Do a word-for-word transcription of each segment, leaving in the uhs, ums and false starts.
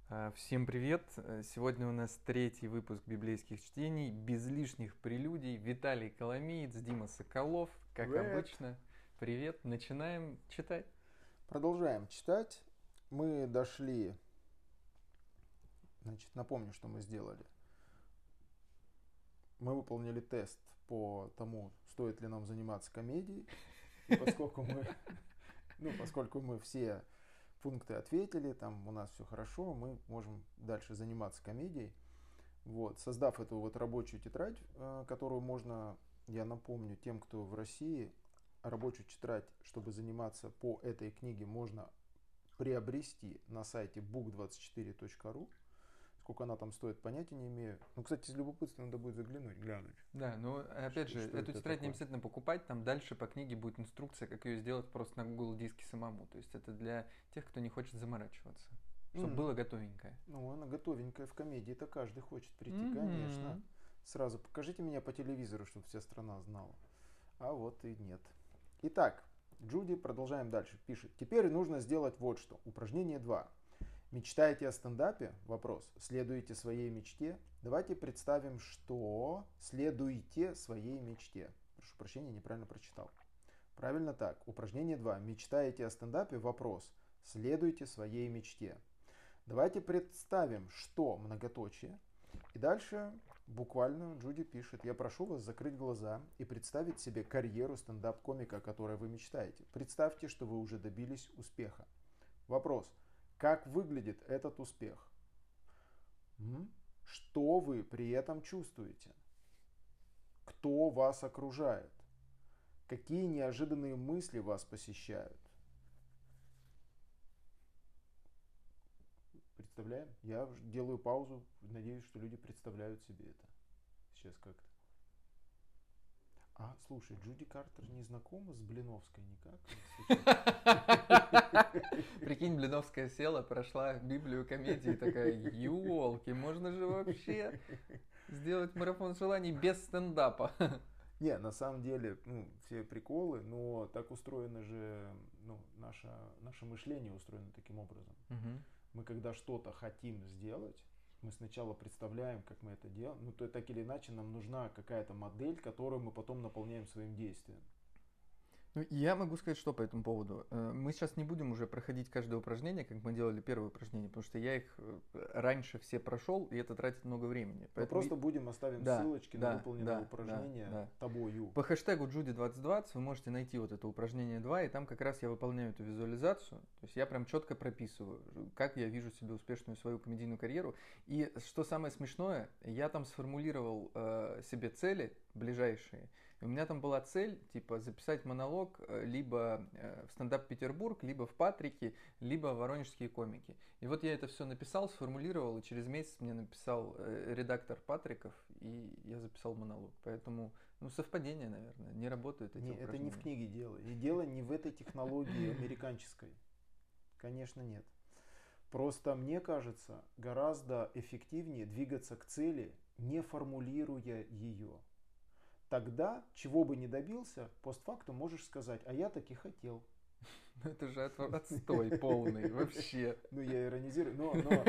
А, Всем привет! Э, Сегодня у нас третий выпуск библейских чтений, без лишних прелюдий. Виталий Коломеец, Дима Соколов, как Привет! обычно. Привет! Начинаем читать. Продолжаем читать. Мы дошли, значит, напомню, что мы сделали. Мы выполнили тест по тому, стоит ли нам заниматься комедией. И поскольку мы, ну, поскольку мы все пункты ответили, там у нас все хорошо, мы можем дальше заниматься комедией. Вот, создав эту вот рабочую тетрадь, э, которую можно, я напомню, тем, кто в России, рабочую тетрадь, чтобы заниматься по этой книге, можно приобрести на сайте бук двадцать четыре точка ру. Сколько она там стоит, понятия не имею. Ну, кстати, из любопытства надо будет заглянуть, глянуть. Да, но опять Что, же, что эту это тетрадь не такое? обязательно покупать, там дальше по книге будет инструкция, как ее сделать просто на Google диске самому. То есть это для тех, кто не хочет заморачиваться, чтобы М, было готовенькое. Ну, она готовенькая в комедии-то каждый хочет прийти, конечно. Мгм. Сразу покажите меня по телевизору, чтобы вся страна знала. А вот и нет. Итак, Джуди, продолжаем дальше. Пишет. Теперь нужно сделать вот что. Упражнение два. Мечтаете о стендапе? Вопрос. Следуете своей мечте? Давайте представим, что следуете своей мечте. Прошу прощения, неправильно прочитал. Правильно так. Упражнение два. Мечтаете о стендапе? Вопрос. Следуйте своей мечте. Давайте представим, что многоточие. И дальше буквально Джуди пишет: я прошу вас закрыть глаза и представить себе карьеру стендап-комика, о которой вы мечтаете. Представьте, что вы уже добились успеха. Вопрос. Как выглядит этот успех? М? Что вы при этом чувствуете? Кто вас окружает? Какие неожиданные мысли вас посещают? Представляем? Я делаю паузу, надеюсь, что люди представляют себе это. Сейчас как-то. А, слушай, Джуди Картер не знакома с Блиновской никак? Прикинь, Блиновская села, прошла Библию комедии, такая, елки, можно же вообще сделать марафон желаний без стендапа. Не, на самом деле, ну, все приколы, но так устроено же, ну, наше, наше мышление устроено таким образом. Мгм. Мы когда что-то хотим сделать, мы сначала представляем, как мы это делаем. Ну, то так или иначе нам нужна какая-то модель, которую мы потом наполняем своим действием. Ну, я могу сказать, что по этому поводу. Э, Мы сейчас не будем уже проходить каждое упражнение, как мы делали первое упражнение, потому что я их э, раньше все прошел, и это тратит много времени. Мы Поэтому, просто и- будем оставим да, ссылочки на да, выполненные да, да, упражнения да. тобою. По хэштегу Джуди двадцать двадцать вы можете найти вот это упражнение два, и там как раз я выполняю эту визуализацию. То есть я прям четко прописываю, как я вижу себе успешную свою комедийную карьеру. И что самое смешное, я там сформулировал э, себе цели ближайшие. И у меня там была цель, типа, записать монолог э, либо э, в стендап Петербург, либо в Патрике, либо в Воронежские комики. И вот я это все написал, сформулировал, и через месяц мне написал э, редактор Патриков, и я записал монолог. Поэтому, ну, совпадение, наверное, не работают эти Не, это не в упражнения. книге дело. И дело не в этой технологии американской. Конечно, нет. Просто мне кажется, гораздо эффективнее двигаться к цели, не формулируя ее. Тогда, чего бы ни добился, постфактум можешь сказать: а я таки хотел. Ну, это же отв- отстой полный, вообще. Ну, я иронизирую, но, но,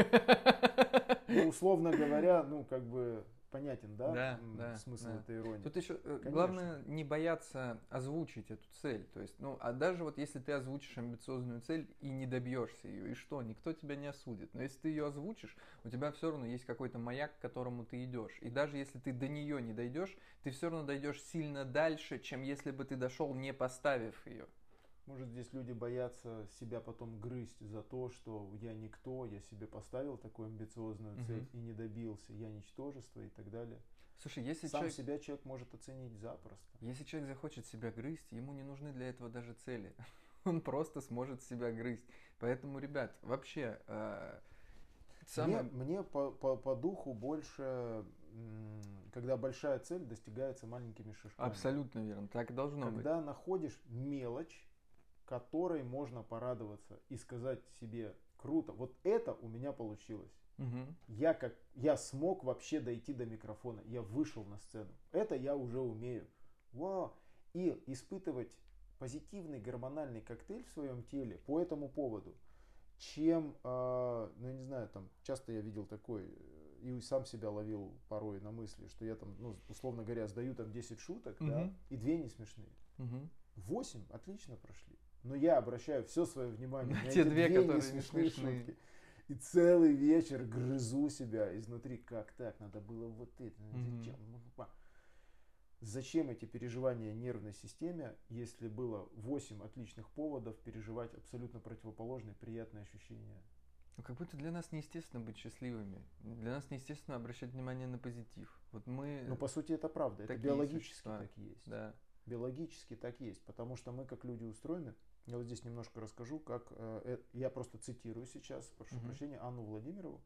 но условно говоря, ну, как бы понятен, да, Да, м, да, смысл да. этой иронии. Тут еще э, Конечно. главное не бояться озвучить эту цель. То есть, ну, а даже вот если ты озвучишь амбициозную цель и не добьешься ее, и что, никто тебя не осудит. Но если ты ее озвучишь, у тебя все равно есть какой-то маяк, к которому ты идешь. И даже если ты до нее не дойдешь, ты все равно дойдешь сильно дальше, чем если бы ты дошел, не поставив ее. Может, здесь люди боятся себя потом грызть за то, что я никто, я себе поставил такую амбициозную цель Мгм. и не добился, я ничтожество и так далее. Слушай, если Сам человек, себя человек может оценить запросто. если человек захочет себя грызть, ему не нужны для этого даже цели. Он просто сможет себя грызть. Поэтому, ребят, вообще, э, Мне, самое... мне по, по, по духу больше, м, когда большая цель достигается маленькими шажками. Абсолютно верно, так и должно быть. Когда находишь мелочь, которой можно порадоваться и сказать себе: круто, вот это у меня получилось. Мгм. Я, как, я смог вообще дойти до микрофона, я вышел на сцену. Это я уже умею. Вау. И испытывать позитивный гормональный коктейль в своем теле по этому поводу. чем, э, ну, я не знаю, там, часто я видел такой, и сам себя ловил порой на мысли, что я там, ну, условно говоря, сдаю там десять шуток, да, Мгм. и две не смешные. Мгм. восемь отлично прошли. Но я обращаю все свое внимание На на те эти две, две которые не несмешные смешные. шутки. И целый вечер грызу себя изнутри. Как так? Надо было вот это. Мгм. Зачем? Зачем эти переживания нервной системе, если было восемь отличных поводов переживать абсолютно противоположные приятные ощущения? Ну, как будто для нас неестественно быть счастливыми. Для нас неестественно обращать внимание на позитив. Вот мы Но по сути это правда. Это такие биологически существа. так и есть. Да. Биологически так есть. Потому что мы как люди устроены. Я вот здесь немножко расскажу, как э, э, я просто цитирую сейчас, прошу Мгм. прощения, Анну Владимирову,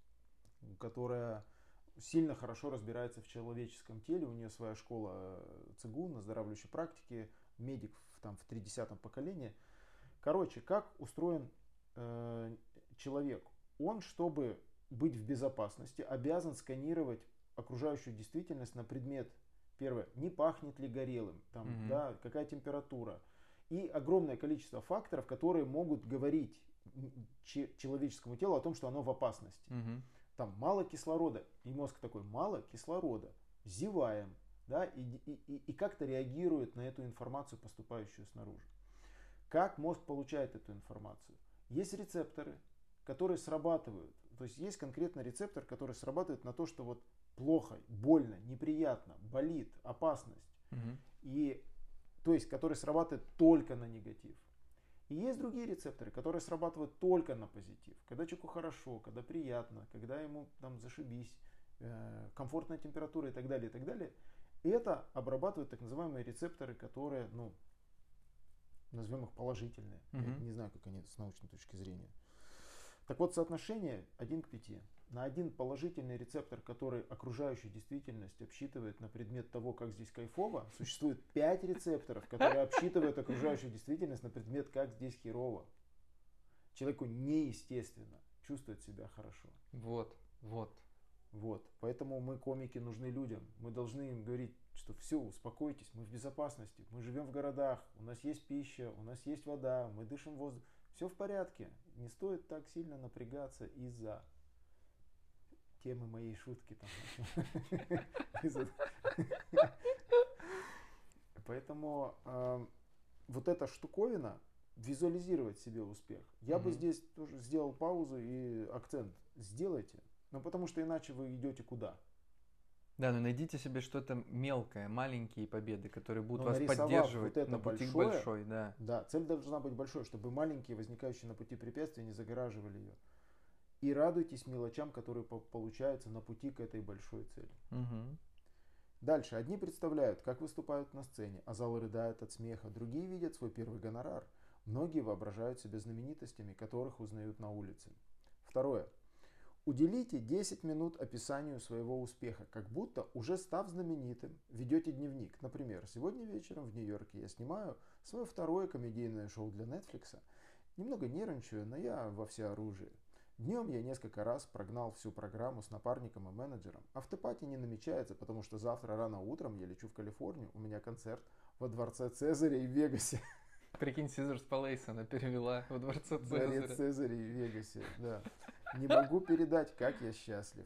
которая сильно хорошо разбирается в человеческом теле. У нее своя школа э, цигун, оздоравливающей практики, медик в, там, в тридцатом поколении. Короче, как устроен э, человек? Он, чтобы быть в безопасности, обязан сканировать окружающую действительность на предмет, первое, не пахнет ли горелым, там, Мгм. да, какая температура. И огромное количество факторов, которые могут говорить че- человеческому телу о том, что оно в опасности. Мгм. Там мало кислорода, и мозг такой, мало кислорода, зеваем, да, и, и, и, и как-то реагирует на эту информацию, поступающую снаружи. Как мозг получает эту информацию? Есть рецепторы, которые срабатывают. То есть есть конкретно рецептор, который срабатывает на то, что вот плохо, больно, неприятно, болит, опасность. Мгм. И, то есть, который срабатывает только на негатив. И есть другие рецепторы, которые срабатывают только на позитив. Когда человеку хорошо, когда приятно, когда ему там зашибись, э, комфортная температура и так далее, и так далее. И это обрабатывают так называемые рецепторы, которые, ну, назовем их положительные. Я Мгм. не знаю, как они с научной точки зрения. Так вот, соотношение один к пяти. На один положительный рецептор, который окружающую действительность обсчитывает на предмет того, как здесь кайфово, существует пять рецепторов, которые обсчитывают окружающую действительность на предмет, как здесь херово. Человеку неестественно чувствовать себя хорошо. Вот, вот. Вот. Поэтому мы, комики, нужны людям. Мы должны им говорить, что все, успокойтесь, мы в безопасности, мы живем в городах, у нас есть пища, у нас есть вода, мы дышим воздухом. Все в порядке. Не стоит так сильно напрягаться из-за темы моей шутки. Поэтому вот эта штуковина, визуализировать себе успех. Я бы Мгм. здесь тоже сделал паузу и акцент. Сделайте. Ну, потому что иначе вы идете куда? Да, но найдите себе что-то мелкое, маленькие победы, которые будут Но вас нарисовав вот поддерживать это на пути к большое, большой, да. да, цель должна быть большой, чтобы маленькие возникающие на пути препятствия не загораживали ее. И радуйтесь мелочам, которые по- получаются на пути к этой большой цели. Мгм. Дальше. Одни представляют, как выступают на сцене, а зал рыдает от смеха. Другие видят свой первый гонорар. Многие воображают себя знаменитостями, которых узнают на улице. Второе. Уделите десять минут описанию своего успеха, как будто, уже став знаменитым, ведете дневник. Например, сегодня вечером в Нью-Йорке я снимаю свое второе комедийное шоу для Netflix. Немного нервничаю, но я во всеоружии. Днем я несколько раз прогнал всю программу с напарником и менеджером. Автопати не намечается, потому что завтра рано утром я лечу в Калифорнию. У меня концерт во дворце Цезаря и в Вегасе. Прикинь, Сизерс Палейс она перевела во дворце Дворец Цезаря. Цезаря и в Вегасе, да. Не могу передать, как я счастлив.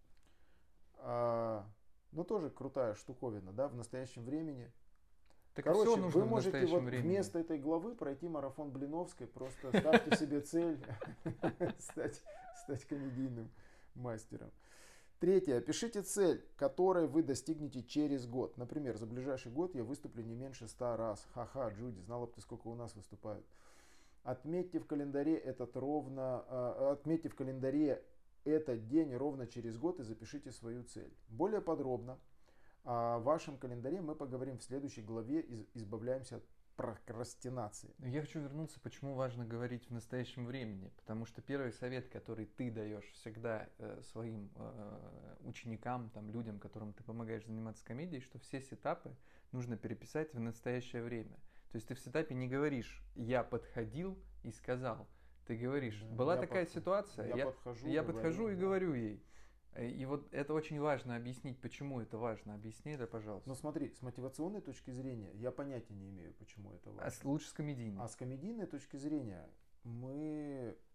А, ну, тоже крутая штуковина, да, в настоящем времени. Так и все Короче, нужно вы в можете настоящем вот времени. вместо этой главы пройти марафон Блиновской, просто ставьте себе цель стать, стать комедийным мастером. Третье. Опишите цель, которой вы достигнете через год. Например, за ближайший год я выступлю не меньше ста раз. Ха-ха, Джуди, знала бы ты, сколько у нас выступают. Отметьте в календаре этот ровно, э, отметьте в календаре этот день ровно через год и запишите свою цель. Более подробно о вашем календаре мы поговорим в следующей главе. Избавляемся от прокрастинации. Но я хочу вернуться, почему важно говорить в настоящем времени. Потому что первый совет, который ты даешь всегда э, своим э, ученикам, там, людям, которым ты помогаешь заниматься комедией, что все сетапы нужно переписать в настоящее время. То есть ты в сетапе не говоришь «я подходил и сказал». Ты говоришь Да, «была я такая подхожу, ситуация, я я, подхожу, я говорю, подхожу и да. говорю ей». И вот это очень важно объяснить, почему это важно. Объясни это, пожалуйста. Но смотри, с мотивационной точки зрения я понятия не имею, почему это важно. А с- лучше с комедийной. А с комедийной точки зрения мы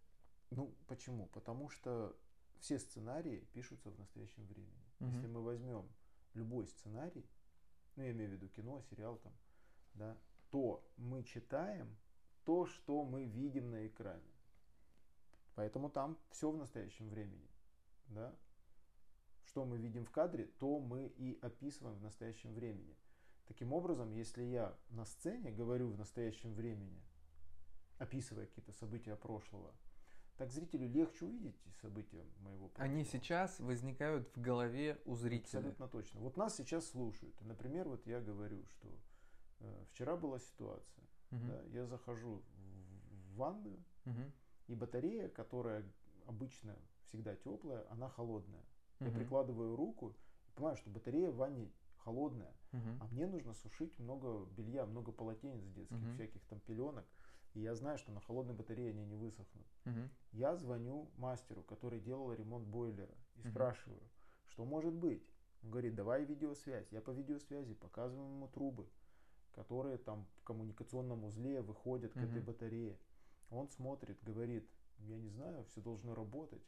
Ну, почему? Потому что все сценарии пишутся в настоящем времени. Мгм. Если мы возьмем любой сценарий, ну, я имею в виду кино, сериал там, да, то мы читаем то, что мы видим на экране. Поэтому там все в настоящем времени, да. Что мы видим в кадре, то мы и описываем в настоящем времени. Таким образом, если я на сцене говорю в настоящем времени, описывая какие-то события прошлого, так зрителю легче увидеть события моего прошлого. Они сейчас возникают в голове у зрителя. Абсолютно точно. Вот нас сейчас слушают. Например, вот я говорю, что э, вчера была ситуация. Мгм. Да, я захожу в, в ванную, Мгм. и батарея, которая обычно всегда теплая, она холодная. Я Мгм. прикладываю руку и понимаю, что батарея в ванне холодная, Мгм. а мне нужно сушить много белья, много полотенец детских, Мгм. всяких там пеленок. И я знаю, что на холодной батарее они не высохнут. Мгм. Я звоню мастеру, который делал ремонт бойлера, и Мгм. спрашиваю, что может быть. Он говорит, давай видеосвязь. Я по видеосвязи показываю ему трубы, которые там в коммуникационном узле выходят к этой Мгм. батарее. Он смотрит, говорит, я не знаю, все должно работать.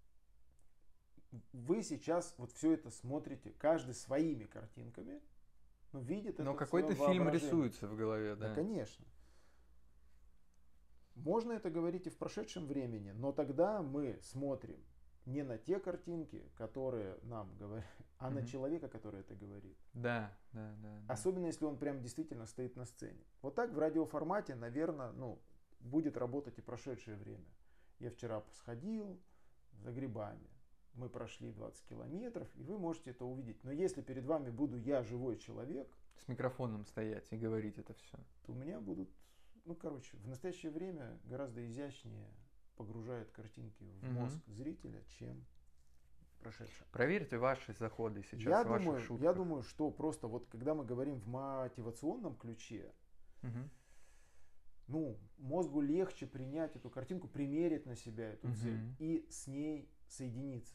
Вы сейчас вот все это смотрите, каждый своими картинками, но видит Но это в какой-то своем фильм воображении. рисуется в голове, Да, да. конечно. Можно это говорить и в прошедшем времени, но тогда мы смотрим не на те картинки, которые нам говорят, а на Мгм. человека, который это говорит. Да, да, да, да. Особенно если он прям действительно стоит на сцене. Вот так в радиоформате, наверное, ну, будет работать и прошедшее время. Я вчера сходил за грибами. Мы прошли двадцать километров, и вы можете это увидеть. Но если перед вами буду я, живой человек, С микрофоном стоять и говорить это все. то у меня будут, ну, короче, в настоящее время гораздо изящнее погружают картинки в Мгм. мозг зрителя, чем прошедшее. Проверьте ваши заходы сейчас, Я ваши думаю, шутки. я думаю, что просто вот когда мы говорим в мотивационном ключе, Мгм. ну, мозгу легче принять эту картинку, примерить на себя эту Мгм. цель и с ней соединиться.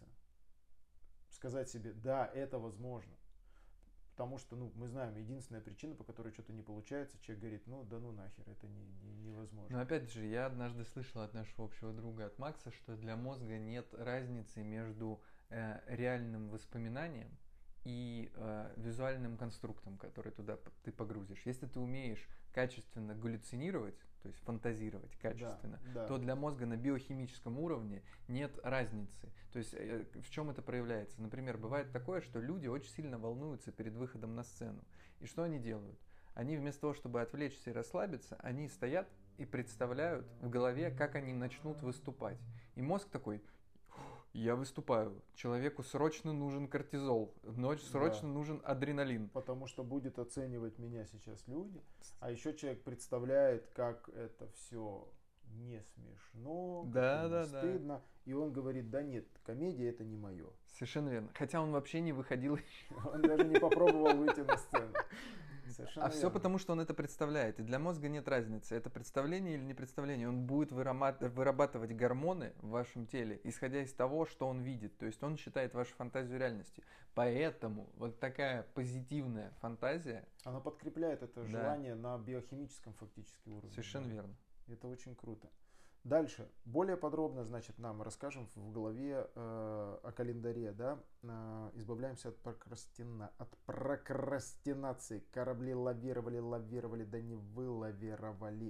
Сказать себе, да, это возможно. Потому что, ну, мы знаем, единственная причина, по которой что-то не получается, человек говорит, ну, да ну нахер, это не, не, невозможно. Но опять же, я однажды слышал от нашего общего друга, от Макса, что для мозга нет разницы между э, реальным воспоминанием и э, визуальным конструктом, который туда п- ты погрузишь. Если ты умеешь качественно галлюцинировать, то есть фантазировать качественно, Да, да. то для мозга на биохимическом уровне нет разницы. То есть э, в чем это проявляется? Например, бывает такое, что люди очень сильно волнуются перед выходом на сцену. И что они делают? Они вместо того, чтобы отвлечься и расслабиться, они стоят и представляют в голове, как они начнут выступать. И мозг такой, я выступаю, человеку срочно нужен кортизол, ночь срочно Да. нужен адреналин. Потому что будет оценивать меня сейчас люди. А еще человек представляет, как это все не смешно, как Да, ему да, да. стыдно. И он говорит, да нет, комедия это не мое. Совершенно верно. Хотя он вообще не выходил. Он даже не попробовал выйти на сцену. Совершенно А все верно. потому, что он это представляет. И для мозга нет разницы, это представление или не представление. Он будет вырабат- вырабатывать гормоны в вашем теле, исходя из того, что он видит. То есть он считает вашу фантазию реальностью. Поэтому вот такая позитивная фантазия. Она подкрепляет это Да. желание на биохимическом фактически уровне. Совершенно Да. верно. Это очень круто. Дальше, более подробно, значит, нам расскажем в главе э, о календаре, да, э, избавляемся от, прокрастина, от прокрастинации. Корабли лавировали, лавировали, да не вылавировали.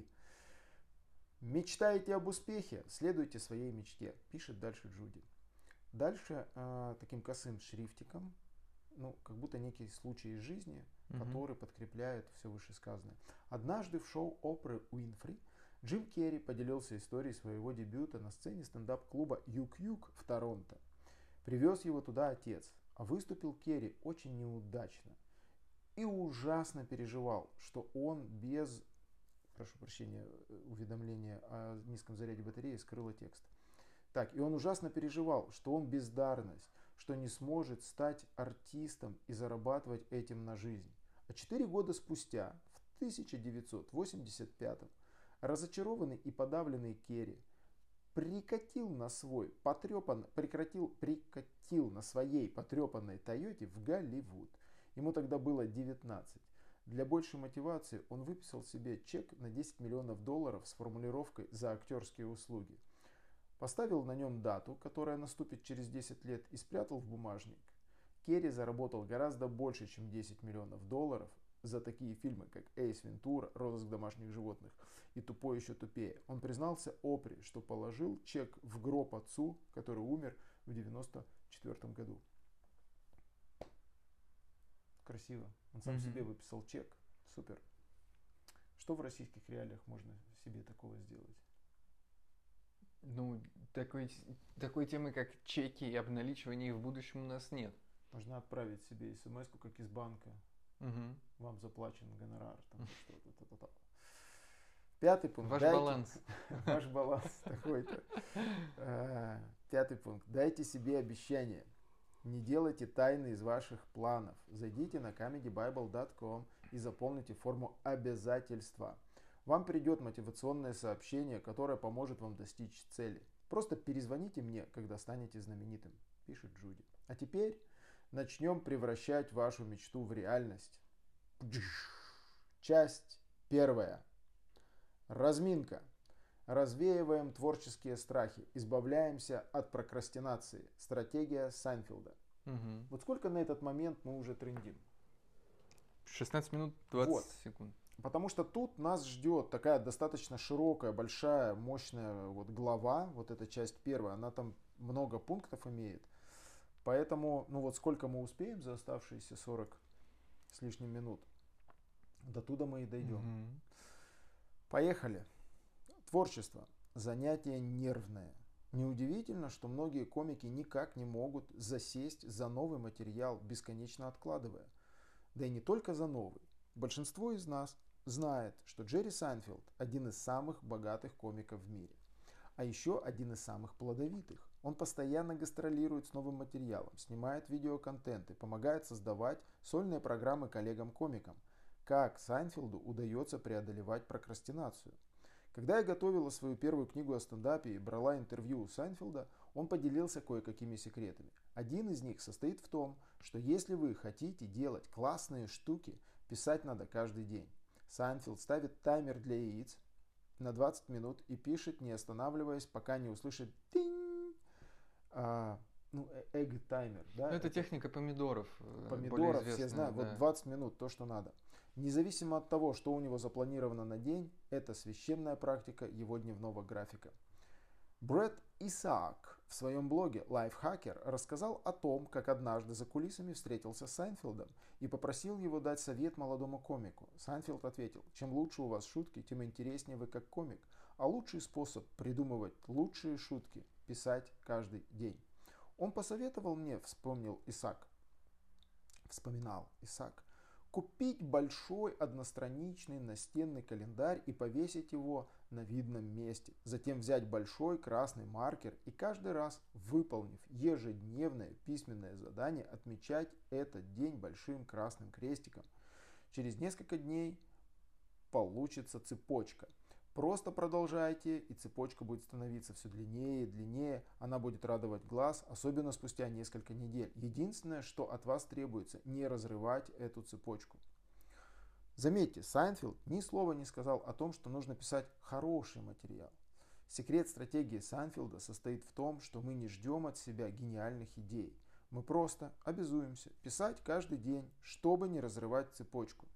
Мечтаете об успехе? Следуйте своей мечте, пишет дальше Джуди. Дальше э, таким косым шрифтиком, ну, как будто некий случай из жизни, Мгм. который подкрепляет все вышесказанное. Однажды в шоу Опры Уинфри Джим Керри поделился историей своего дебюта на сцене стендап-клуба Юг-Юг в Торонто. Привез его туда отец, а выступил Керри очень неудачно и ужасно переживал, что он без, прошу прощения, уведомления о низком заряде батареи скрыло текст. Так, и он ужасно переживал, что он бездарность, что не сможет стать артистом и зарабатывать этим на жизнь. А четыре года спустя, в тысяча девятьсот восемьдесят пятом, разочарованный и подавленный Керри прикатил на свой потрепан, прекратил, прикатил на своей потрепанной Тойоте в Голливуд. Ему тогда было девятнадцать. Для большей мотивации он выписал себе чек на десять миллионов долларов с формулировкой «за актерские услуги». Поставил на нем дату, которая наступит через десять лет, и спрятал в бумажник. Керри заработал гораздо больше, чем десять миллионов долларов за такие фильмы, как «Эйс Вентура», «Розыск домашних животных» и «Тупой еще тупее». Он признался Опре, что положил чек в гроб отцу, который умер в девяносто четвёртом году. Красиво. Он сам mm-hmm. себе выписал чек. Супер. Что в российских реалиях можно себе такого сделать? Ну, такой, такой темы, как чеки и обналичивание их в будущем у нас нет. Можно отправить себе смс-ку, как из банка. Угу. Вам заплачен гонорар. Там, что-то, то-то. Пятый пункт. Ваш Дайте... баланс. Ваш баланс такой-то. Пятый пункт. Дайте себе обещание. Не делайте тайны из ваших планов. Зайдите на комеди байбл точка ком и заполните форму обязательства. Вам придет мотивационное сообщение, которое поможет вам достичь цели. Просто перезвоните мне, когда станете знаменитым, пишет Джуди. А теперь начнем превращать вашу мечту в реальность. Часть первая. Разминка. Развеиваем творческие страхи. Избавляемся от прокрастинации. Стратегия Сайнфелда. Угу. Вот сколько на этот момент мы уже трендим? шестнадцать минут двадцать вот. секунд. Потому что тут нас ждет такая достаточно широкая, большая, мощная вот глава. Вот эта часть первая. Она там много пунктов имеет. Поэтому, ну вот сколько мы успеем за оставшиеся сорок с лишним минут, до туда мы и дойдем. Угу. Поехали. Творчество. Занятие нервное. Неудивительно, что многие комики никак не могут засесть за новый материал, бесконечно откладывая. Да и не только за новый. Большинство из нас знает, что Джерри Сайнфелд один из самых богатых комиков в мире. А еще один из самых плодовитых. Он постоянно гастролирует с новым материалом, снимает видеоконтент и помогает создавать сольные программы коллегам-комикам. Как Сайнфелду удается преодолевать прокрастинацию? Когда я готовила свою первую книгу о стендапе и брала интервью у Сайнфелда, он поделился кое-какими секретами. Один из них состоит в том, что если вы хотите делать классные штуки, писать надо каждый день. Сайнфелд ставит таймер для яиц на двадцать минут и пишет, не останавливаясь, пока не услышит «тинь». А, ну, эгг-таймер. Да? Это, это техника помидоров. Помидоров все знают. Да. Вот двадцать минут, то, что надо. Независимо от того, что у него запланировано на день, это священная практика его дневного графика. Брэд Исаак в своем блоге Lifehacker рассказал о том, как однажды за кулисами встретился с Сайнфелдом и попросил его дать совет молодому комику. Сайнфелд ответил: чем лучше у вас шутки, тем интереснее вы как комик. А лучший способ придумывать лучшие шутки – писать каждый день. Он посоветовал мне, вспомнил Исаак, вспоминал Исаак, купить большой одностраничный настенный календарь и повесить его на видном месте. Затем взять большой красный маркер и каждый раз, выполнив ежедневное письменное задание, отмечать этот день большим красным крестиком. Через несколько дней получится цепочка. Просто продолжайте, и цепочка будет становиться все длиннее и длиннее. Она будет радовать глаз, особенно спустя несколько недель. Единственное, что от вас требуется, не разрывать эту цепочку. Заметьте, Сайнфелд ни слова не сказал о том, что нужно писать хороший материал. Секрет стратегии Сайнфелда состоит в том, что мы не ждем от себя гениальных идей. Мы просто обязуемся писать каждый день, чтобы не разрывать цепочку.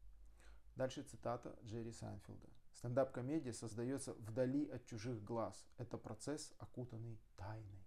Дальше цитата Джерри Сайнфелда. Стендап-комедия создается вдали от чужих глаз. Это процесс, окутанный тайной.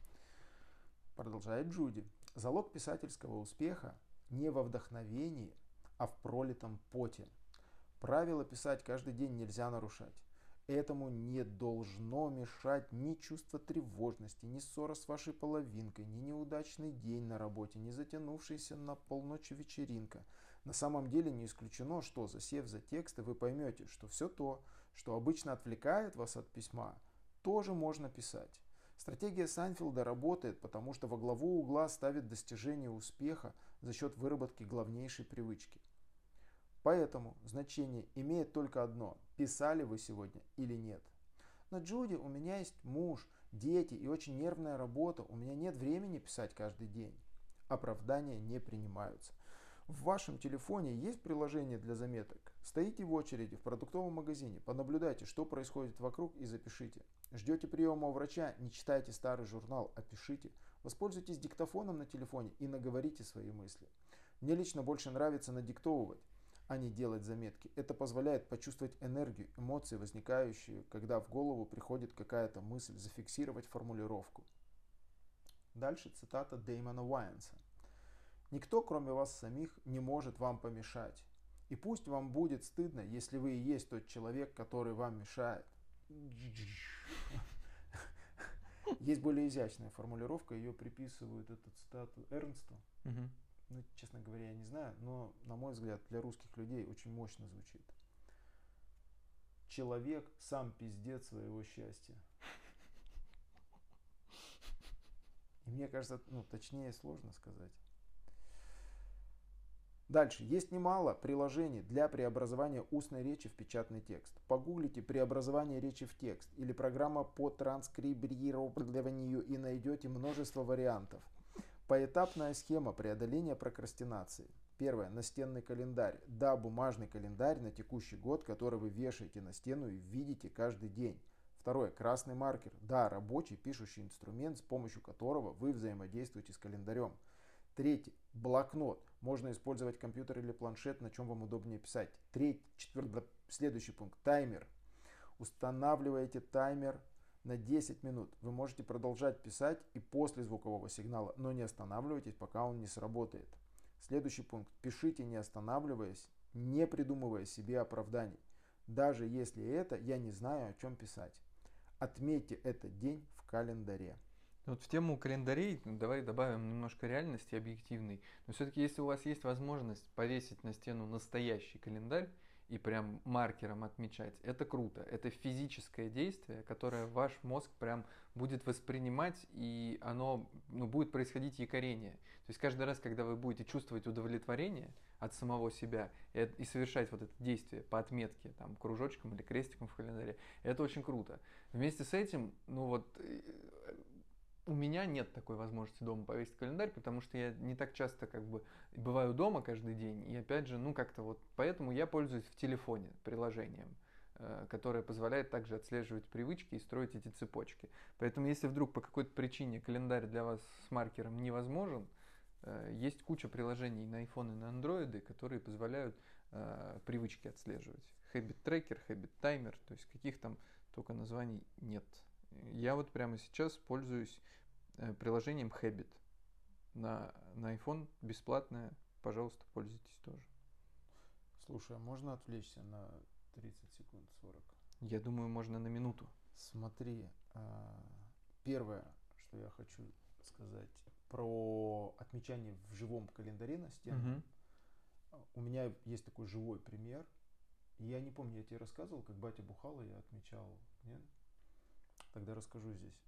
Продолжает Джуди. Залог писательского успеха не во вдохновении, а в пролитом поте. Правило писать каждый день нельзя нарушать. Этому не должно мешать ни чувство тревожности, ни ссора с вашей половинкой, ни неудачный день на работе, ни затянувшаяся на полночи вечеринка. На самом деле не исключено, что, засев за тексты, вы поймете, что все то, что обычно отвлекает вас от письма, тоже можно писать. Стратегия Сайнфелда работает, потому что во главу угла ставит достижение успеха за счет выработки главнейшей привычки. Поэтому значение имеет только одно – писали вы сегодня или нет. Но, Джуди, у меня есть муж, дети и очень нервная работа, у меня нет времени писать каждый день. Оправдания не принимаются. В вашем телефоне есть приложение для заметок? Стоите в очереди в продуктовом магазине, понаблюдайте, что происходит вокруг и запишите. Ждете приема у врача, не читайте старый журнал, а пишите. Воспользуйтесь диктофоном на телефоне и наговорите свои мысли. Мне лично больше нравится надиктовывать, а не делать заметки. Это позволяет почувствовать энергию, эмоции, возникающие, когда в голову приходит какая-то мысль, зафиксировать формулировку. Дальше цитата Дэймона Уайанса. «Никто, кроме вас самих, не может вам помешать. И пусть вам будет стыдно, если вы и есть тот человек, который вам мешает». Есть более изящная формулировка, ее приписывают эту цитату Эрнсту. Угу. Ну, честно говоря, я не знаю, но, на мой взгляд, для русских людей очень мощно звучит. Человек сам пиздец своего счастья. И мне кажется, ну, точнее сложно сказать. Дальше. Есть немало приложений для преобразования устной речи в печатный текст. Погуглите «преобразование речи в текст» или программа по транскрибированию и найдете множество вариантов. Поэтапная схема преодоления прокрастинации. Первое. Настенный календарь. Да, бумажный календарь на текущий год, который вы вешаете на стену и видите каждый день. Второе. Красный маркер. Да, рабочий пишущий инструмент, с помощью которого вы взаимодействуете с календарем. Третий. Блокнот. Можно использовать компьютер или планшет, на чем вам удобнее писать. Третий. Четвертый. Следующий пункт. Таймер. Устанавливаете таймер на десять минут. Вы можете продолжать писать и после звукового сигнала, но не останавливайтесь, пока он не сработает. Следующий пункт. Пишите, не останавливаясь, не придумывая себе оправданий. Даже если это я не знаю, о чем писать. Отметьте этот день в календаре. Вот в тему календарей давай добавим немножко реальности объективной. Но все-таки, если у вас есть возможность повесить на стену настоящий календарь и прям маркером отмечать, это круто. Это физическое действие, которое ваш мозг прям будет воспринимать, и оно, ну, будет происходить якорение. То есть каждый раз, когда вы будете чувствовать удовлетворение от самого себя и, и совершать вот это действие по отметке, там, кружочком или крестиком в календаре, это очень круто. Вместе с этим, ну вот, у меня нет такой возможности дома повесить календарь, потому что я не так часто как бы бываю дома каждый день. И опять же, ну как-то вот поэтому я пользуюсь в телефоне приложением, которое позволяет также отслеживать привычки и строить эти цепочки. Поэтому если вдруг по какой-то причине календарь для вас с маркером невозможен, есть куча приложений на iPhone и на Android, которые позволяют привычки отслеживать. Habit Tracker, Habit Timer, то есть каких там только названий нет. Я вот прямо сейчас пользуюсь приложением Habit на, на iPhone, бесплатное, пожалуйста, пользуйтесь тоже. Слушай, а можно отвлечься на тридцать секунд, сорок? Я думаю, можно на минуту. Смотри, первое, что я хочу сказать про отмечание в живом календаре на стене. Угу. У меня есть такой живой пример. Я не помню, я тебе рассказывал, как батя бухал, и я отмечал, нет? Тогда расскажу здесь.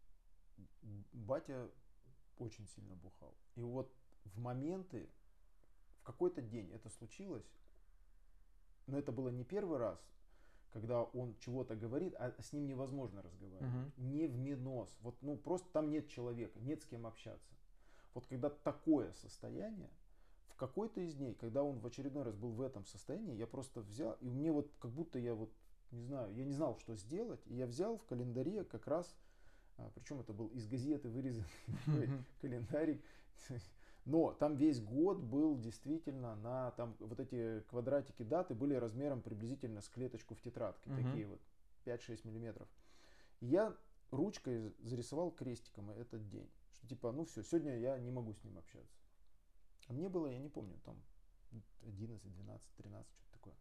Батя очень сильно бухал. И вот в моменты, в какой-то день это случилось, но это было не первый раз, когда он чего-то говорит, а с ним невозможно разговаривать. Uh-huh. Не в минос. Вот, ну, просто там нет человека, нет с кем общаться. Вот когда такое состояние, в какой-то из дней, когда он в очередной раз был в этом состоянии, я просто взял, и мне вот как будто я вот, не знаю, я не знал, что сделать, и я взял в календаре как раз, причем это был из газеты вырезанный uh-huh. календарик, но там весь год был действительно на, там вот эти квадратики даты были размером приблизительно с клеточку в тетрадке, uh-huh. такие вот пять-шесть миллиметров. И я ручкой зарисовал крестиком этот день, что типа, ну все, сегодня я не могу с ним общаться. А мне было, я не помню, там одиннадцать, двенадцать, тринадцать, что-то такое.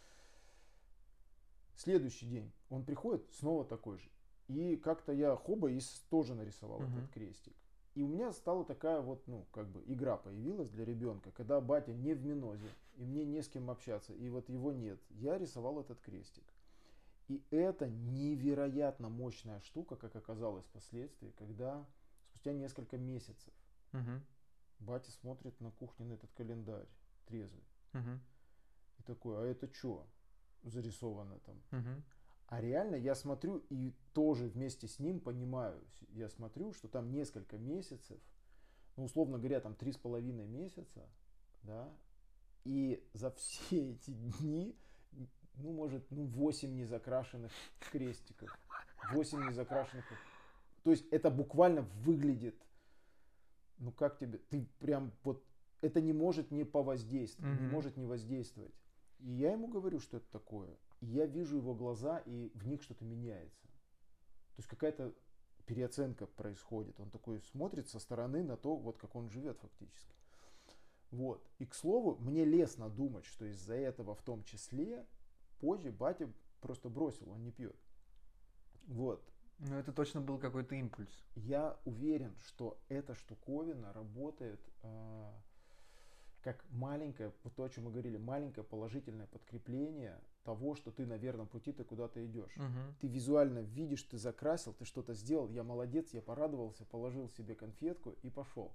Следующий день он приходит, снова такой же. И как-то я хоба и тоже нарисовал uh-huh. этот крестик. И у меня стала такая вот, ну, как бы игра появилась для ребенка, когда батя не в минозе, и мне не с кем общаться, и вот его нет. Я рисовал этот крестик. И это невероятно мощная штука, как оказалось впоследствии, когда спустя несколько месяцев uh-huh. батя смотрит на кухне на этот календарь трезвый. Uh-huh. И такой, а это что зарисовано там? Uh-huh. А реально я смотрю и тоже вместе с ним понимаю, я смотрю, что там несколько месяцев, ну, условно говоря, там три с половиной месяца, да, и за все эти дни ну, может, ну, восемь незакрашенных крестиков. восемь незакрашенных. То есть это буквально выглядит, ну как тебе, ты прям вот, это не может не повоздействовать, не Мгм. может не воздействовать. И я ему говорю, что это такое. И я вижу его глаза, и в них что-то меняется. То есть какая-то переоценка происходит. Он такой смотрит со стороны на то, вот как он живет фактически. Вот. И, к слову, мне лестно думать, что из-за этого в том числе позже батя просто бросил, он не пьет. Вот. Ну, это точно был какой-то импульс. Я уверен, что эта штуковина работает э, как маленькое, вот то, о чем мы говорили, маленькое положительное подкрепление того, что ты на верном пути, ты куда-то идешь. Мгм. Ты визуально видишь, ты закрасил, ты что-то сделал, я молодец, я порадовался, положил себе конфетку и пошел.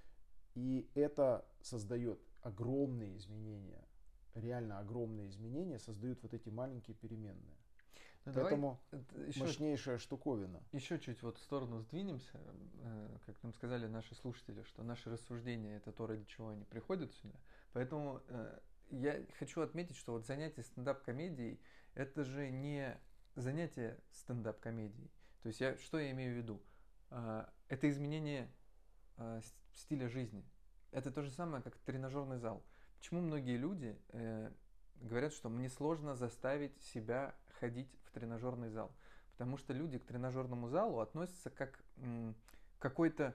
И это создает огромные изменения, реально огромные изменения создают вот эти маленькие переменные. Ну, Поэтому давай еще, мощнейшая штуковина. еще чуть вот в сторону сдвинемся. Э, Как нам сказали наши слушатели, что наши рассуждения это то, ради чего они приходят сюда. Поэтому э, я хочу отметить, что вот занятие стендап-комедией это же не занятие стендап-комедией. То есть я что я имею в виду? А, Это изменение а, с- стиля жизни. Это то же самое, как тренажерный зал. Почему многие люди э, говорят, что мне сложно заставить себя ходить в тренажерный зал? Потому что люди к тренажерному залу относятся как м, к какой-то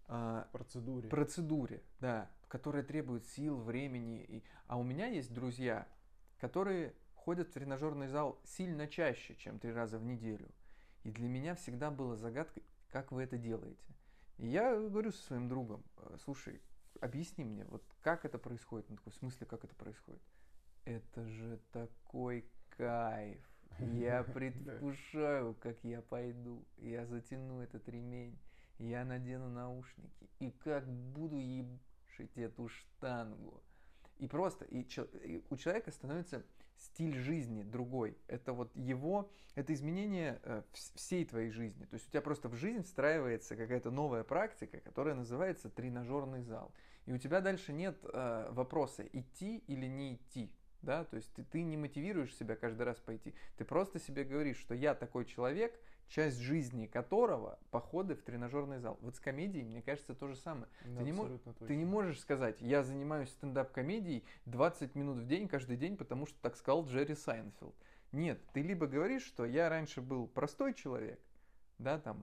а, Процедуре. процедуре, да, которая требует сил, времени. И... А у меня есть друзья, которые ходят в тренажерный зал сильно чаще, чем три раза в неделю. И для меня всегда была загадкой, как вы это делаете. И я говорю со своим другом, «Э, слушай, объясни мне, вот как это происходит? Он такой, в смысле, как это происходит? Это же такой кайф. Я предвкушаю, как я пойду. Я затяну этот ремень. Я надену наушники. И как буду ебашить эту штангу. И просто и, и у человека становится стиль жизни другой. Это вот его, это изменение э, всей твоей жизни. То есть у тебя просто в жизнь встраивается какая-то новая практика, которая называется тренажерный зал. И у тебя дальше нет э, вопроса, идти или не идти. Да? То есть ты, ты не мотивируешь себя каждый раз пойти. Ты просто себе говоришь, что я такой человек, часть жизни которого походы в тренажерный зал. Вот с комедией, мне кажется, то же самое. Да, ты, не мо- абсолютно точно. ты не можешь сказать, я занимаюсь стендап-комедией двадцать минут в день, каждый день, потому что так сказал Джерри Сайнфилд. Нет, ты либо говоришь, что я раньше был простой человек, да, там,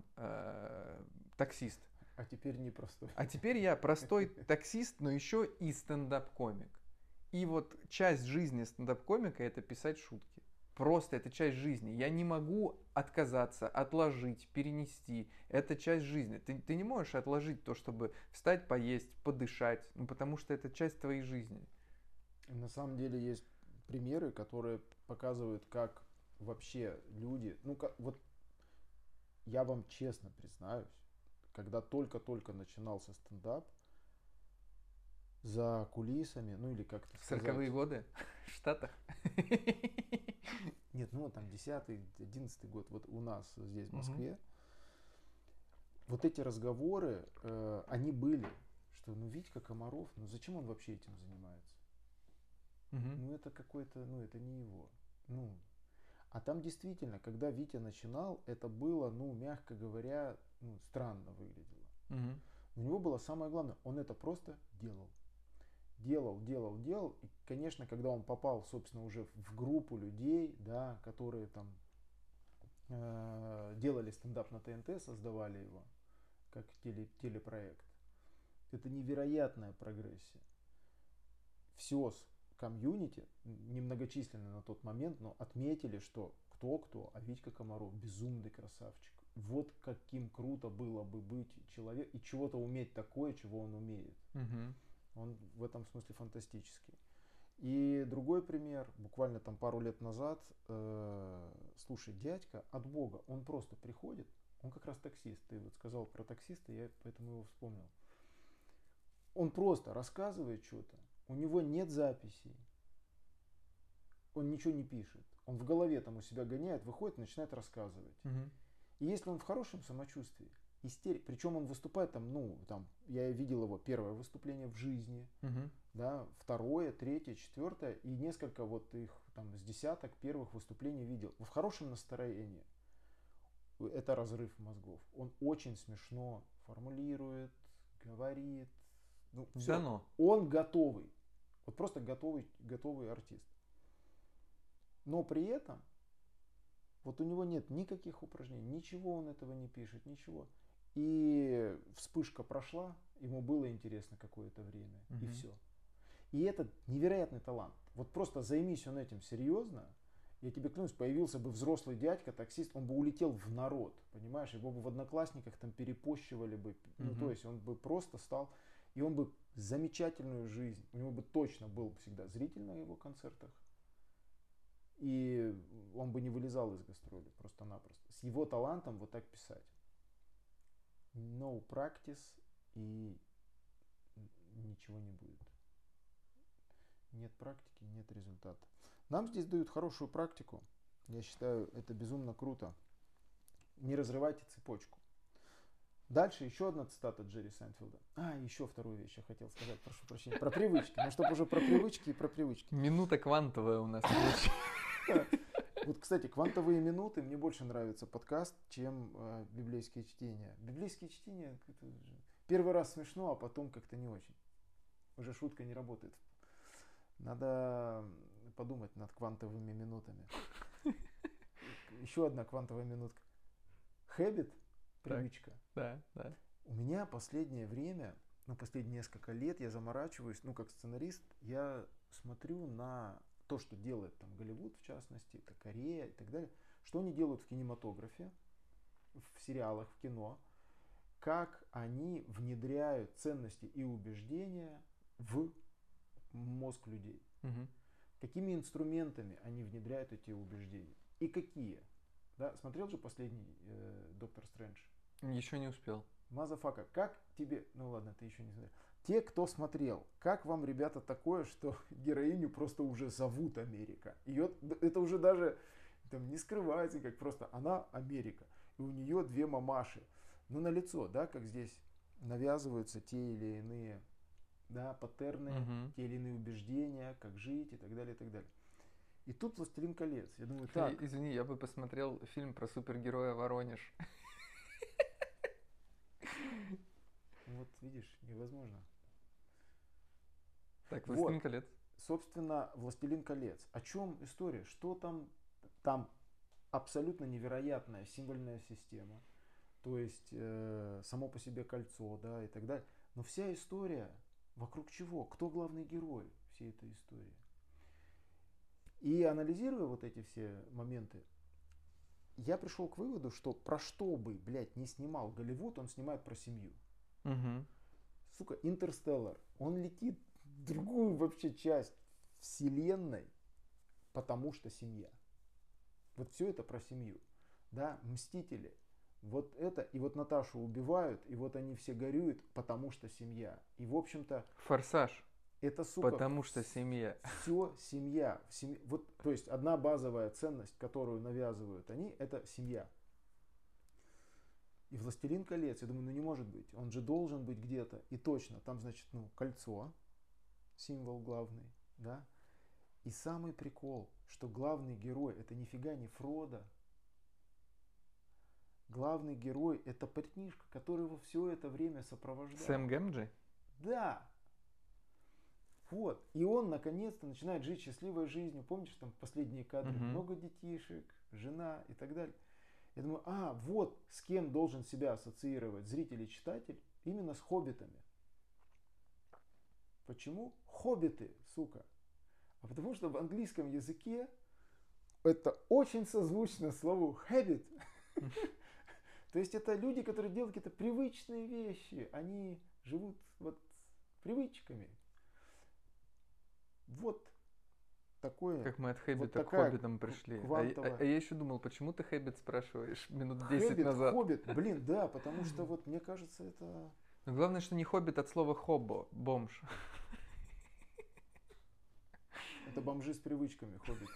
э, таксист, А теперь непростой. а теперь я простой таксист, но еще и стендап-комик. И вот часть жизни стендап-комика это писать шутки. Просто это часть жизни. Я не могу отказаться, отложить, перенести. Это часть жизни. Ты, ты не можешь отложить то, чтобы встать, поесть, подышать, ну, потому что это часть твоей жизни. На самом деле есть примеры, которые показывают, как вообще люди, ну как, вот я вам честно признаюсь, когда только-только начинался стендап, за кулисами, ну или как-то В сказать... сороковые годы в Штатах. Нет, ну там десятый, одиннадцатый год, вот у нас здесь в Москве. Мгм. Вот эти разговоры, э, они были, что ну Витька Комаров, ну зачем он вообще этим занимается? Мгм. Ну это какой-то, ну это не его. Ну, а там действительно, когда Витя начинал, это было, ну, мягко говоря, ну, странно выглядело. Мгм. У него было самое главное, он это просто делал. Делал, делал, делал. И, конечно, когда он попал, собственно, уже в группу людей, да, которые там э, делали стендап на ТНТ, создавали его, как теле, телепроект, это невероятная прогрессия. Все с комьюнити, немногочисленные на тот момент, но отметили, что кто-кто, а Витька Комаров безумный красавчик. Вот каким круто было бы быть человеком и чего-то уметь такое, чего он умеет. Мгм. Он в этом смысле фантастический. И другой пример, буквально там пару лет назад, э, слушай, дядька от Бога, он просто приходит, он как раз таксист, ты вот сказал про таксиста, я поэтому его вспомнил. Он просто рассказывает что-то, у него нет записей, он ничего не пишет, он в голове там у себя гоняет, выходит, начинает рассказывать. Мгм. И если он в хорошем самочувствии, истерик, причем он выступает там, ну, там, я видел его первое выступление в жизни, Мгм. да, второе, третье, четвертое, и несколько вот их там с десяток первых выступлений видел. В хорошем настроении. Это разрыв мозгов. Он очень смешно формулирует, говорит. Ну, все. Да ну. Он готовый. Вот просто готовый, готовый артист. Но при этом вот у него нет никаких упражнений, ничего он этого не пишет, ничего. И вспышка прошла, ему было интересно какое-то время, угу. и все. И это невероятный талант. Вот просто займись он этим серьезно, я тебе клянусь, появился бы взрослый дядька, таксист, он бы улетел в народ, понимаешь, его бы в Одноклассниках там перепощивали бы, ну угу. то есть он бы просто стал, и он бы замечательную жизнь, у него бы точно был всегда зритель на его концертах, и он бы не вылезал из гастроли просто-напросто. С его талантом вот так писать. No practice и ничего не будет. Нет практики, нет результата. Нам здесь дают хорошую практику. Я считаю, это безумно круто. Не разрывайте цепочку. Дальше еще одна цитата Джерри Сайнфелда. А, еще вторую вещь я хотел сказать, прошу прощения. Про привычки. Ну, чтобы уже про привычки и про привычки. Минута квантовая у нас. Вот, кстати, квантовые минуты, мне больше нравится подкаст, чем э, библейские чтения. Библейские чтения, это же первый раз смешно, а потом как-то не очень. Уже шутка не работает. Надо подумать над квантовыми минутами. Еще одна квантовая минутка. Habit, привычка. Да, да. У меня последнее время, ну, последние несколько лет я заморачиваюсь, ну, как сценарист, я смотрю на то, что делает там Голливуд, в частности, это Корея и так далее, что они делают в кинематографе, в сериалах, в кино, как они внедряют ценности и убеждения в мозг людей. Угу. Какими инструментами они внедряют эти убеждения? И какие? Да, смотрел же последний э, Доктор Стрэндж? Еще не успел. Мазафака, как тебе... Ну ладно, ты еще не смотрел. Те, кто смотрел, как вам, ребята, такое, что героиню просто уже зовут Америка? Ее, это уже даже там, не скрывается, как просто она Америка. И у нее две мамаши. Ну, налицо, да, как здесь навязываются те или иные, да, паттерны, угу. те или иные убеждения, как жить и так далее, и так далее. И тут «Властелин колец». Я думаю, так... Извини, я бы посмотрел фильм про супергероя Воронеж. Вот, видишь, невозможно. Так, «Властелин вот. колец». Собственно, «Властелин колец». О чем история? Что там? Там абсолютно невероятная символьная система. То есть, э, само по себе кольцо, да, и так далее. Но вся история вокруг чего? Кто главный герой всей этой истории? И анализируя вот эти все моменты, я пришел к выводу, что про что бы, блядь, не снимал Голливуд, он снимает про семью. Угу. Сука, «Интерстеллар». Он летит в другую вообще часть вселенной, потому что семья. Вот все это про семью. Да, «Мстители». Вот это, и вот Наташу убивают, и вот они все горюют, потому что семья. И, в общем-то... «Форсаж». Это, сука... Потому что семья. Все семья. Семья. Вот, то есть, одна базовая ценность, которую навязывают они, это семья. И «Властелин колец», я думаю, ну не может быть. Он же должен быть где-то. И точно, там, значит, ну, кольцо, символ главный, да. И самый прикол, что главный герой, это нифига не Фродо. Главный герой, это парнишка, который его все это время сопровождал. Сэм Гэмджи? Да. Вот. И он наконец-то начинает жить счастливой жизнью. Помнишь, там последние кадры? Угу. Много детишек, жена и так далее. Я думаю, а, вот с кем должен себя ассоциировать зритель и читатель. Именно с хоббитами. Почему? Хоббиты, сука. А потому что в английском языке это очень созвучно слову habit. То есть это люди, которые делают какие-то привычные вещи. Они живут вот привычками. Вот такое. Как мы от хэббита вот к хоббитам пришли. Квантовая... А, а, а я еще думал, почему ты хэббит спрашиваешь минут десять назад? Хоббит, блин, да, потому что вот мне кажется это... Но главное, что не хоббит от слова хоббо, бомж. Это бомжи с привычками, хоббит.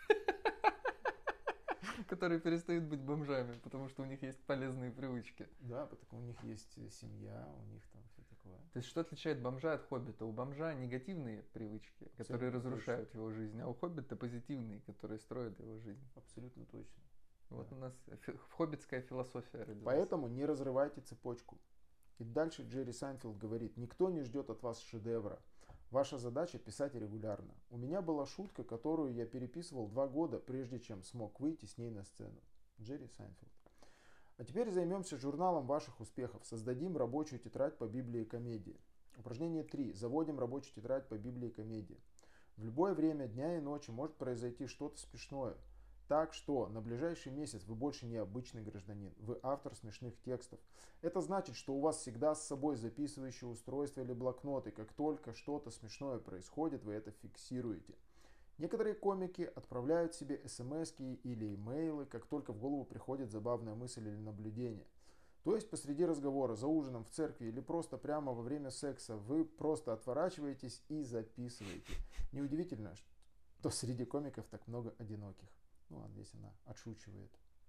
Которые перестают быть бомжами, потому что у них есть полезные привычки. Да, потому у них есть семья, у них там все такое. То есть что отличает бомжа от хоббита? У бомжа негативные привычки, которые Абсолютно разрушают точно. его жизнь, а у хоббита позитивные, которые строят его жизнь. Абсолютно точно. Вот Да. у нас фи- хоббитская философия родилась. Поэтому не разрывайте цепочку. И дальше Джерри Сайнфилд говорит: никто не ждет от вас шедевра. Ваша задача писать регулярно. У меня была шутка, которую я переписывал два года, прежде чем смог выйти с ней на сцену. Джерри Сайнфилд. А теперь займемся журналом ваших успехов. Создадим рабочую тетрадь по Библии и комедии. Упражнение три. Заводим рабочую тетрадь по Библии и комедии. В любое время дня и ночи может произойти что-то смешное. Так что на ближайший месяц вы больше не обычный гражданин, вы автор смешных текстов. Это значит, что у вас всегда с собой записывающее устройство или блокнот, и как только что-то смешное происходит, вы это фиксируете. Некоторые комики отправляют себе смски или имейлы, как только в голову приходит забавная мысль или наблюдение. То есть посреди разговора, за ужином в церкви или просто прямо во время секса вы просто отворачиваетесь и записываете. Неудивительно, что среди комиков так много одиноких. Ну, а здесь она отшучивает.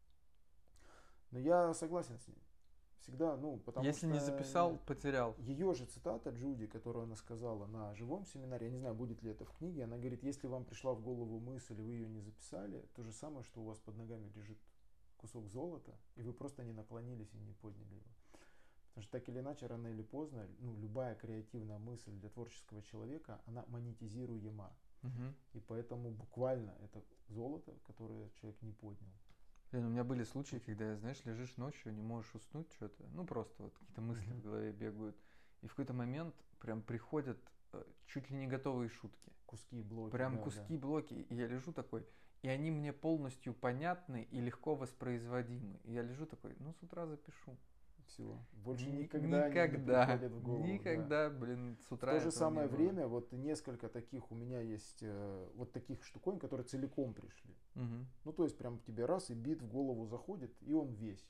Но я согласен с ней. Всегда, ну, потому Если что... не записал, потерял. Ее же цитата Джуди, которую она сказала на живом семинаре, я не знаю, будет ли это в книге, она говорит: если вам пришла в голову мысль, и вы ее не записали, то же самое, что у вас под ногами лежит кусок золота, и вы просто не наклонились и не подняли его. Потому что так или иначе, рано или поздно, ну, любая креативная мысль для творческого человека, она монетизируема. Угу. И поэтому буквально это золото, которое человек не поднял. Блин, у меня были случаи, когда, знаешь, лежишь ночью, не можешь уснуть что-то, ну просто вот какие-то мысли Мгм. в голове бегают, и в какой-то момент прям приходят э, чуть ли не готовые шутки, Куски, блоки, прям да, куски, да. блоки, и я лежу такой, и они мне полностью понятны и легко воспроизводимы, и я лежу такой, ну с утра запишу. Всего. Больше Ни- никогда они не никогда, приходят в голову. Да. никогда, блин, с В утра то же этого не самое было. время вот несколько таких у меня есть, э, вот таких штуковин, которые целиком пришли. Мгм. Ну, то есть прям тебе раз и бит в голову заходит, и он весь.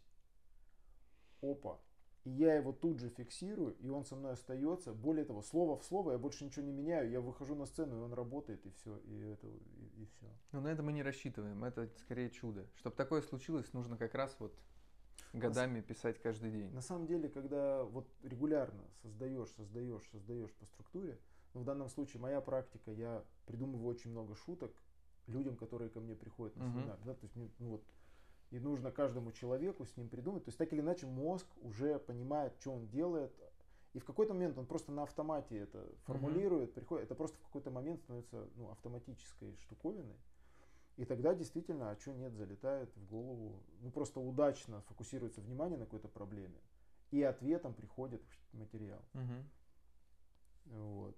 Опа. И я его тут же фиксирую, и он со мной остается. Более того, слово в слово, я больше ничего не меняю. Я выхожу на сцену, и он работает, и все. И, это, и, и все. Но на это мы не рассчитываем, это скорее чудо. Чтобы такое случилось, нужно как раз вот На, годами писать каждый день. на самом деле, когда вот регулярно создаешь, создаешь, создаешь по структуре, ну, в данном случае моя практика, я придумываю очень много шуток людям, которые ко мне приходят на Мгм. семинар. Да? То есть, мне, ну, вот, и нужно каждому человеку с ним придумать. То есть так или иначе мозг уже понимает, что он делает. И в какой-то момент он просто на автомате это формулирует, приходит. Это просто в какой-то момент становится, ну, автоматической штуковиной. И тогда действительно, а что нет, залетает в голову. Ну, просто удачно фокусируется внимание на какой-то проблеме. И ответом приходит материал. Мгм. Вот.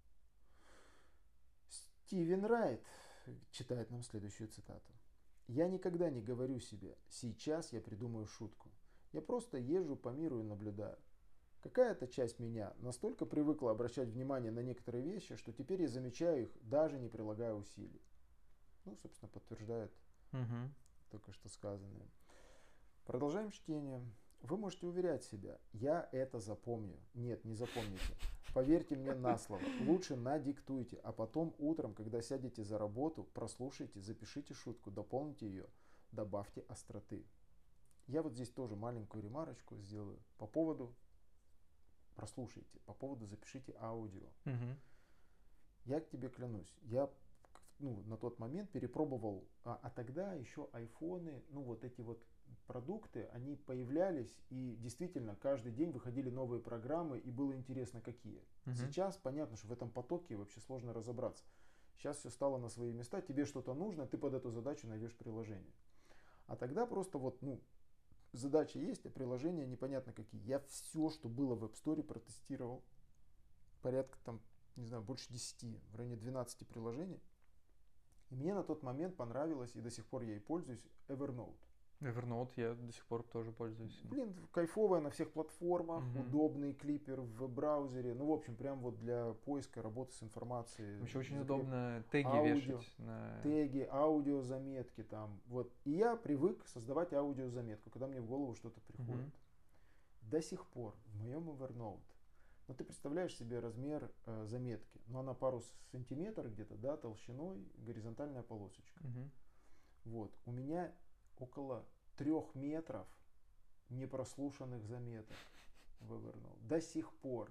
Стивен Райт читает нам следующую цитату. Я никогда не говорю себе: сейчас я придумаю шутку. Я просто езжу по миру и наблюдаю. Какая-то часть меня настолько привыкла обращать внимание на некоторые вещи, что теперь я замечаю их, даже не прилагая усилий. Ну, собственно, подтверждает Мгм. только что сказанное. Продолжаем чтение. Вы можете уверять себя: я это запомню. Нет, не запомните. Поверьте мне на слово. Лучше надиктуйте, а потом утром, когда сядете за работу, прослушайте, запишите шутку, дополните ее, добавьте остроты. Я вот здесь тоже маленькую ремарочку сделаю по поводу прослушайте, по поводу запишите аудио. Мгм. Я к тебе клянусь, я, ну, на тот момент перепробовал, а, а тогда еще айфоны, ну вот эти вот продукты, они появлялись, и действительно каждый день выходили новые программы, и было интересно какие. Мгм. Сейчас понятно, что в этом потоке вообще сложно разобраться. Сейчас все стало на свои места, тебе что-то нужно, ты под эту задачу найдешь приложение. А тогда просто вот, ну, задача есть, а приложения непонятно какие. Я все, что было в App Store, протестировал. Порядка там, не знаю, больше десяти, в районе двенадцати приложений. И мне на тот момент понравилось, и до сих пор я и пользуюсь, Evernote. Evernote я до сих пор тоже пользуюсь. им. Блин, кайфовая на всех платформах, Мгм. удобный клипер в браузере. Ну, в общем, прям вот для поиска, работы с информацией. Вообще очень закреп- удобно теги аудио, вешать на... теги, аудиозаметки там. Вот. И я привык создавать аудиозаметку, когда мне в голову что-то приходит. Мгм. До сих пор в моем Evernote, ну ты представляешь себе размер э, заметки, ну она пару сантиметров где-то, да, толщиной, горизонтальная полосочка. Мгм. Вот, у меня около трех метров непрослушанных заметок в Evernote. До сих пор.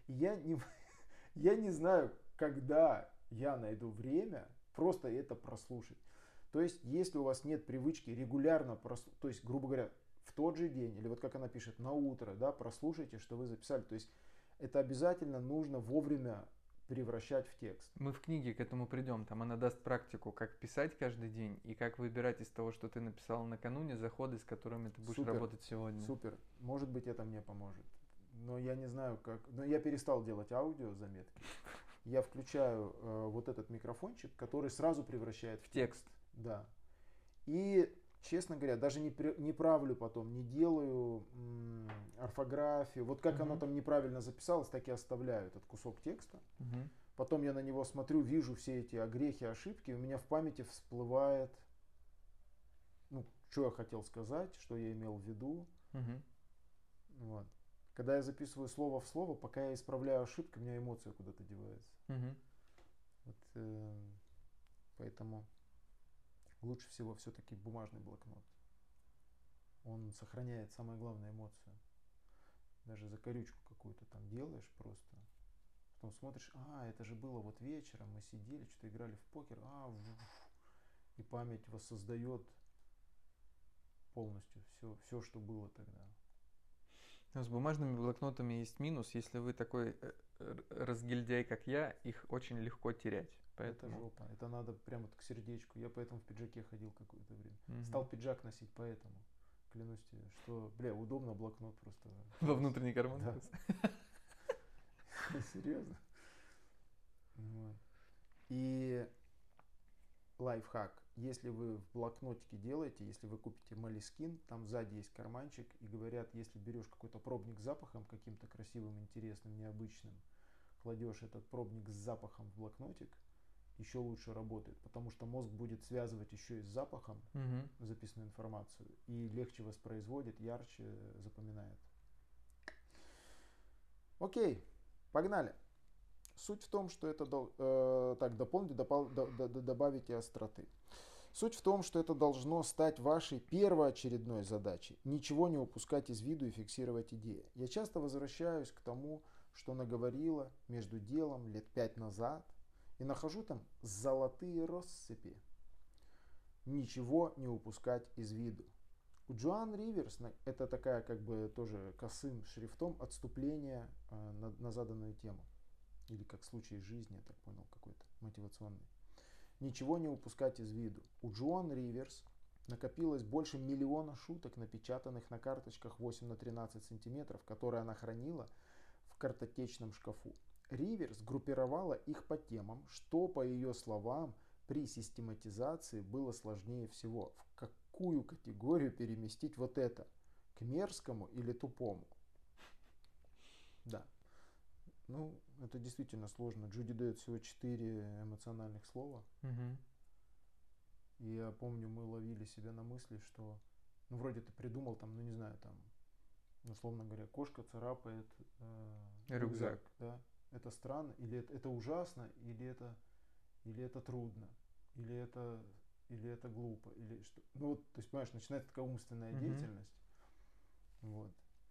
Я не, я не знаю, когда я найду время просто это прослушать. То есть, если у вас нет привычки регулярно прослушать, то есть, грубо говоря, в тот же день, или вот как она пишет, на утро, да, прослушайте, что вы записали. То есть, это обязательно нужно вовремя превращать в текст. Мы в книге к этому придем. Там она даст практику, как писать каждый день и как выбирать из того, что ты написал накануне, заходы, с которыми ты будешь Супер, работать сегодня. Супер. Может быть, это мне поможет. Но я не знаю, как. Но я перестал делать аудио заметки. Я включаю э, вот этот микрофончик, который сразу превращает в текст. Текст. Да. И, честно говоря, даже не, при- не правлю потом, не делаю м, орфографию. Вот как Мгм. оно там неправильно записалось, так и оставляю этот кусок текста. Мгм. Потом я на него смотрю, вижу все эти огрехи, ошибки. У меня в памяти всплывает, ну, что я хотел сказать, что я имел в виду. Мгм. Вот. Когда я записываю слово в слово, пока я исправляю ошибки, у меня эмоция куда-то девается. Мгм. Вот, э, поэтому лучше всего все-таки бумажный блокнот. Он сохраняет, самое главное, эмоцию. Даже закорючку какую-то там делаешь просто. Потом смотришь, а, это же было вот вечером, мы сидели, что-то играли в покер, а, вуф, и память воссоздает полностью все, все, что было тогда. Но с бумажными блокнотами есть минус. Если вы такой э, р- разгильдяй, как я, их очень легко терять. Это Поэтому... жопа. Это надо прямо вот к сердечку. Я поэтому в пиджаке ходил какое-то время. Мгм. Стал пиджак носить поэтому. Клянусь тебе, что, бля, удобно блокнот просто. Во внутренний карман. Да. Серьезно. Вот. И лайфхак. Если вы в блокнотике делаете, если вы купите Moleskine, там сзади есть карманчик, и говорят, если берешь какой-то пробник с запахом каким-то красивым, интересным, необычным, кладешь этот пробник с запахом в блокнотик, еще лучше работает, потому что мозг будет связывать еще и с запахом Мгм. записанную информацию и легче воспроизводит, ярче запоминает. Окей, погнали. Суть в том, что это дол- э, так дополните, допол- до- до- до- добавите остроты. Суть в том, что это должно стать вашей первоочередной задачей. Ничего не упускать из виду и фиксировать идеи. Я часто возвращаюсь к тому, что наговорила между делом лет пять назад, и нахожу там золотые россыпи. Ничего не упускать из виду. У Джоан Риверс на- это такая как бы тоже косым шрифтом отступление э, на, на заданную тему. Или как случай из жизни, я так понял, какой-то мотивационный. Ничего не упускать из виду. У Джоан Риверс накопилось больше миллиона шуток, напечатанных на карточках восемь на тринадцать сантиметров, которые она хранила в картотечном шкафу. Риверс группировала их по темам, что, по ее словам, при систематизации было сложнее всего. В какую категорию переместить вот это? К мерзкому или тупому? Да. Ну, это действительно сложно. Джуди дает всего четыре эмоциональных слова. Мгм. И я помню, мы ловили себя на мысли, что, ну, вроде ты придумал там, ну, не знаю, там, условно говоря, кошка царапает э, рюкзак. Рюкзак. Да? Это странно, или это, это ужасно, или это, или это трудно, или это, или это глупо, или что. Ну, вот, то есть, понимаешь, начинается такая умственная Мгм. деятельность. Вот.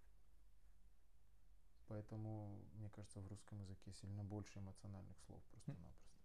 Поэтому, мне кажется, в русском языке сильно больше эмоциональных слов просто-напросто.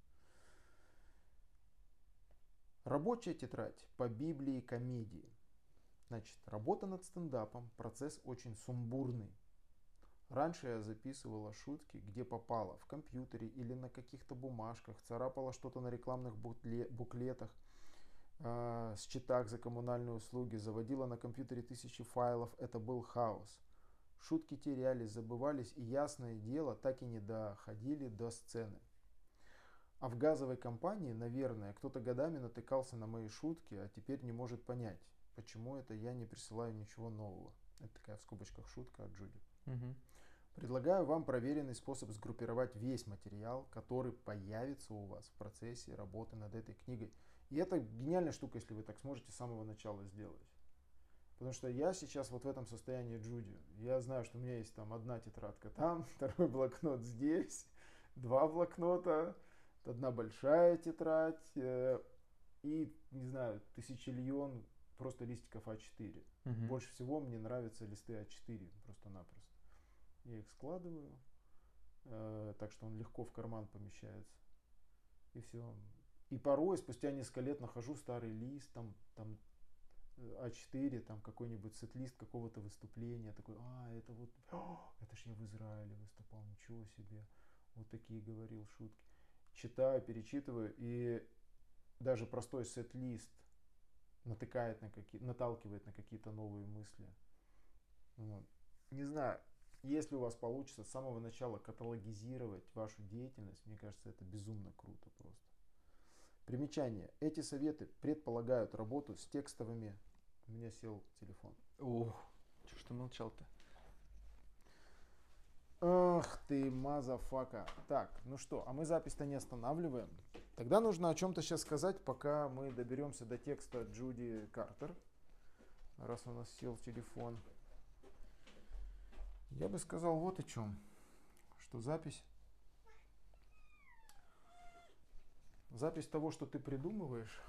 Рабочая тетрадь по Библии комедии. Значит, работа над стендапом, процесс очень сумбурный. Раньше я записывала шутки, где попало, в компьютере или на каких-то бумажках, царапала что-то на рекламных букле- буклетах, э, счетах за коммунальные услуги, заводила на компьютере тысячи файлов, это был хаос. Шутки терялись, забывались и, ясное дело, так и не доходили до сцены. А в газовой компании, наверное, кто-то годами натыкался на мои шутки, а теперь не может понять, почему это я не присылаю ничего нового. Это такая в скобочках шутка от Джуди. Мгм. Предлагаю вам проверенный способ сгруппировать весь материал, который появится у вас в процессе работы над этой книгой. И это гениальная штука, если вы так сможете с самого начала сделать. Потому что я сейчас вот в этом состоянии Джуди. Я знаю, что у меня есть там одна тетрадка там, второй блокнот здесь, два блокнота, одна большая тетрадь э, и, не знаю, тысячелион просто листиков а четыре. Мгм. Больше всего мне нравятся листы а четыре просто-напросто. Я их складываю, э, так что он легко в карман помещается. И все. И порой, спустя несколько лет, нахожу старый лист, там, там а четыре, там какой-нибудь сет-лист какого-то выступления, такой, а, это вот, о, это ж я в Израиле выступал, ничего себе, вот такие говорил шутки. Читаю, перечитываю, и даже простой сет-лист натыкает на какие, наталкивает на какие-то новые мысли. Вот. Не знаю, если у вас получится с самого начала каталогизировать вашу деятельность, мне кажется, это безумно круто просто. Примечание. Эти советы предполагают работу с текстовыми... У меня сел телефон. Ох, что ж ты молчал-то? Ах ты, мазафака. Так, ну что, а мы запись-то не останавливаем. Тогда нужно о чем-то сейчас сказать, пока мы доберемся до текста Джуди Картер. Раз у нас сел телефон. Я бы сказал вот о чем. Что запись... Запись того, что ты придумываешь,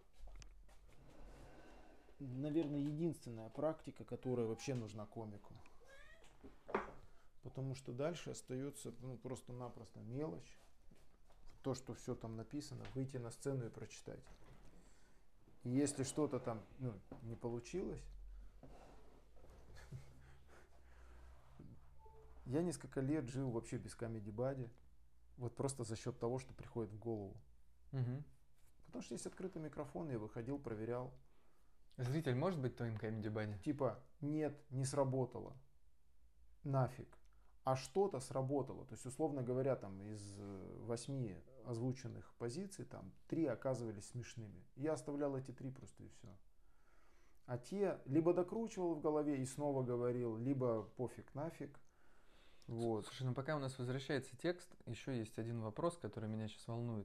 наверное, единственная практика, которая вообще нужна комику. Потому что дальше остается ну, просто-напросто мелочь. То, что все там написано, выйти на сцену и прочитать. И если что-то там ну, не получилось, я несколько лет жил вообще без комеди-бади. Вот просто за счет того, что приходит в голову. Угу. Потому что есть открытый микрофон, я выходил, проверял. Зритель может быть твоим комеди-бади? Типа, нет, не сработало. Нафиг. А что-то сработало. То есть, условно говоря, там из восьми озвученных позиций, там три оказывались смешными. Я оставлял эти три просто и все. А те либо докручивал в голове и снова говорил, либо пофиг нафиг. Вот. Слушай, ну пока у нас возвращается текст, еще есть один вопрос, который меня сейчас волнует.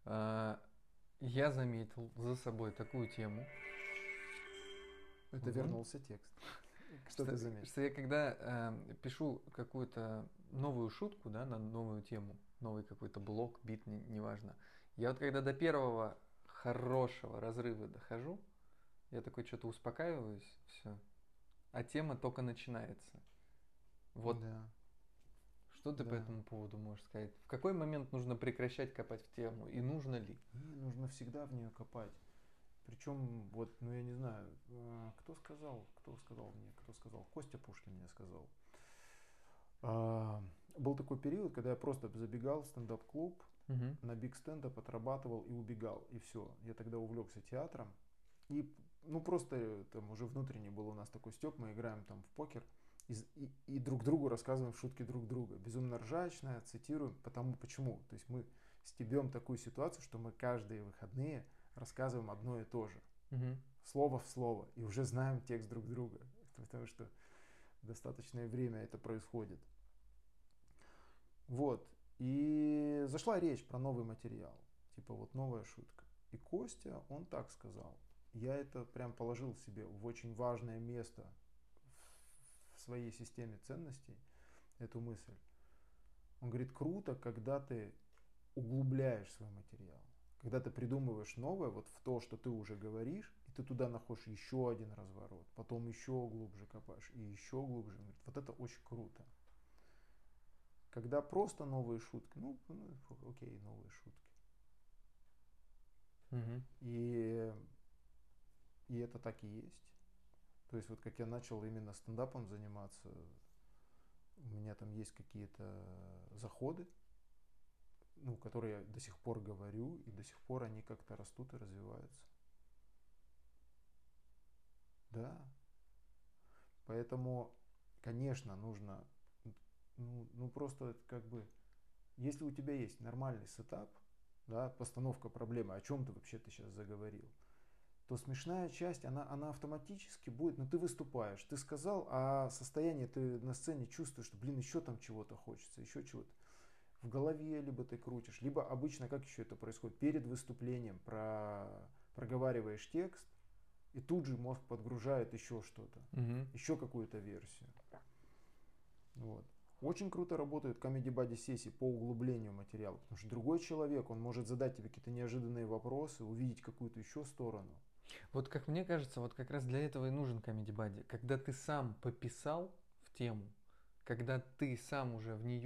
Я заметил за собой такую тему. Это угу. Вернулся текст. Что, что ты заметил? Что я когда э, пишу какую-то новую шутку, да, на новую тему, новый какой-то блок, бит, не, неважно. Я вот когда до первого хорошего разрыва дохожу, я такой что-то успокаиваюсь, все. А тема только начинается. Вот. Да. Что ты да. по этому поводу можешь сказать? В какой момент нужно прекращать копать в тему? И нужно ли? Не, нужно всегда в нее копать. Причем, вот, ну я не знаю, кто сказал, кто сказал мне, кто сказал, Костя Пушкин мне сказал. А, был такой период, когда я просто забегал в стендап-клуб, угу. на биг стендап отрабатывал и убегал, и все. Я тогда увлекся театром. И, ну просто там уже внутренний был у нас такой стёб, мы играем там в покер. И, и, и друг другу рассказываем шутки друг друга. Безумно ржачная, цитируем. Потому, почему? То есть мы стебем такую ситуацию, что мы каждые выходные рассказываем одно и то же. Угу. Слово в слово. И уже знаем текст друг друга. Потому что достаточное время это происходит. Вот. И зашла речь про новый материал. Типа вот новая шутка. И Костя, он так сказал. Я это прям положил себе в очень важное место в своей системе ценностей, эту мысль. Он говорит, круто, когда ты углубляешь свой материал. Когда ты придумываешь новое, вот в то, что ты уже говоришь, и ты туда находишь еще один разворот, потом еще глубже копаешь, и еще глубже. Он говорит, вот это очень круто. Когда просто новые шутки, ну, ну окей, новые шутки. Угу. И, и это так и есть. То есть вот как я начал именно стендапом заниматься, у меня там есть какие-то заходы, ну, которые я до сих пор говорю, и до сих пор они как-то растут и развиваются. Да. Поэтому, конечно, нужно, ну, ну просто как бы, если у тебя есть нормальный сетап, да, постановка проблемы, о чем ты вообще ты сейчас заговорил, то смешная часть, она, она автоматически будет, ну ты выступаешь, ты сказал, а состояние ты на сцене чувствуешь, что, блин, еще там чего-то хочется, еще чего-то. В голове либо ты крутишь, либо обычно, как еще это происходит, перед выступлением про, проговариваешь текст, и тут же мозг подгружает еще что-то, угу. еще какую-то версию. Вот. Очень круто работают комеди-бади сессии по углублению материала, потому что другой человек, он может задать тебе какие-то неожиданные вопросы, увидеть какую-то еще сторону. Вот как мне кажется, вот как раз для этого и нужен комеди-бади. Когда ты сам пописал в тему, когда ты сам уже в нее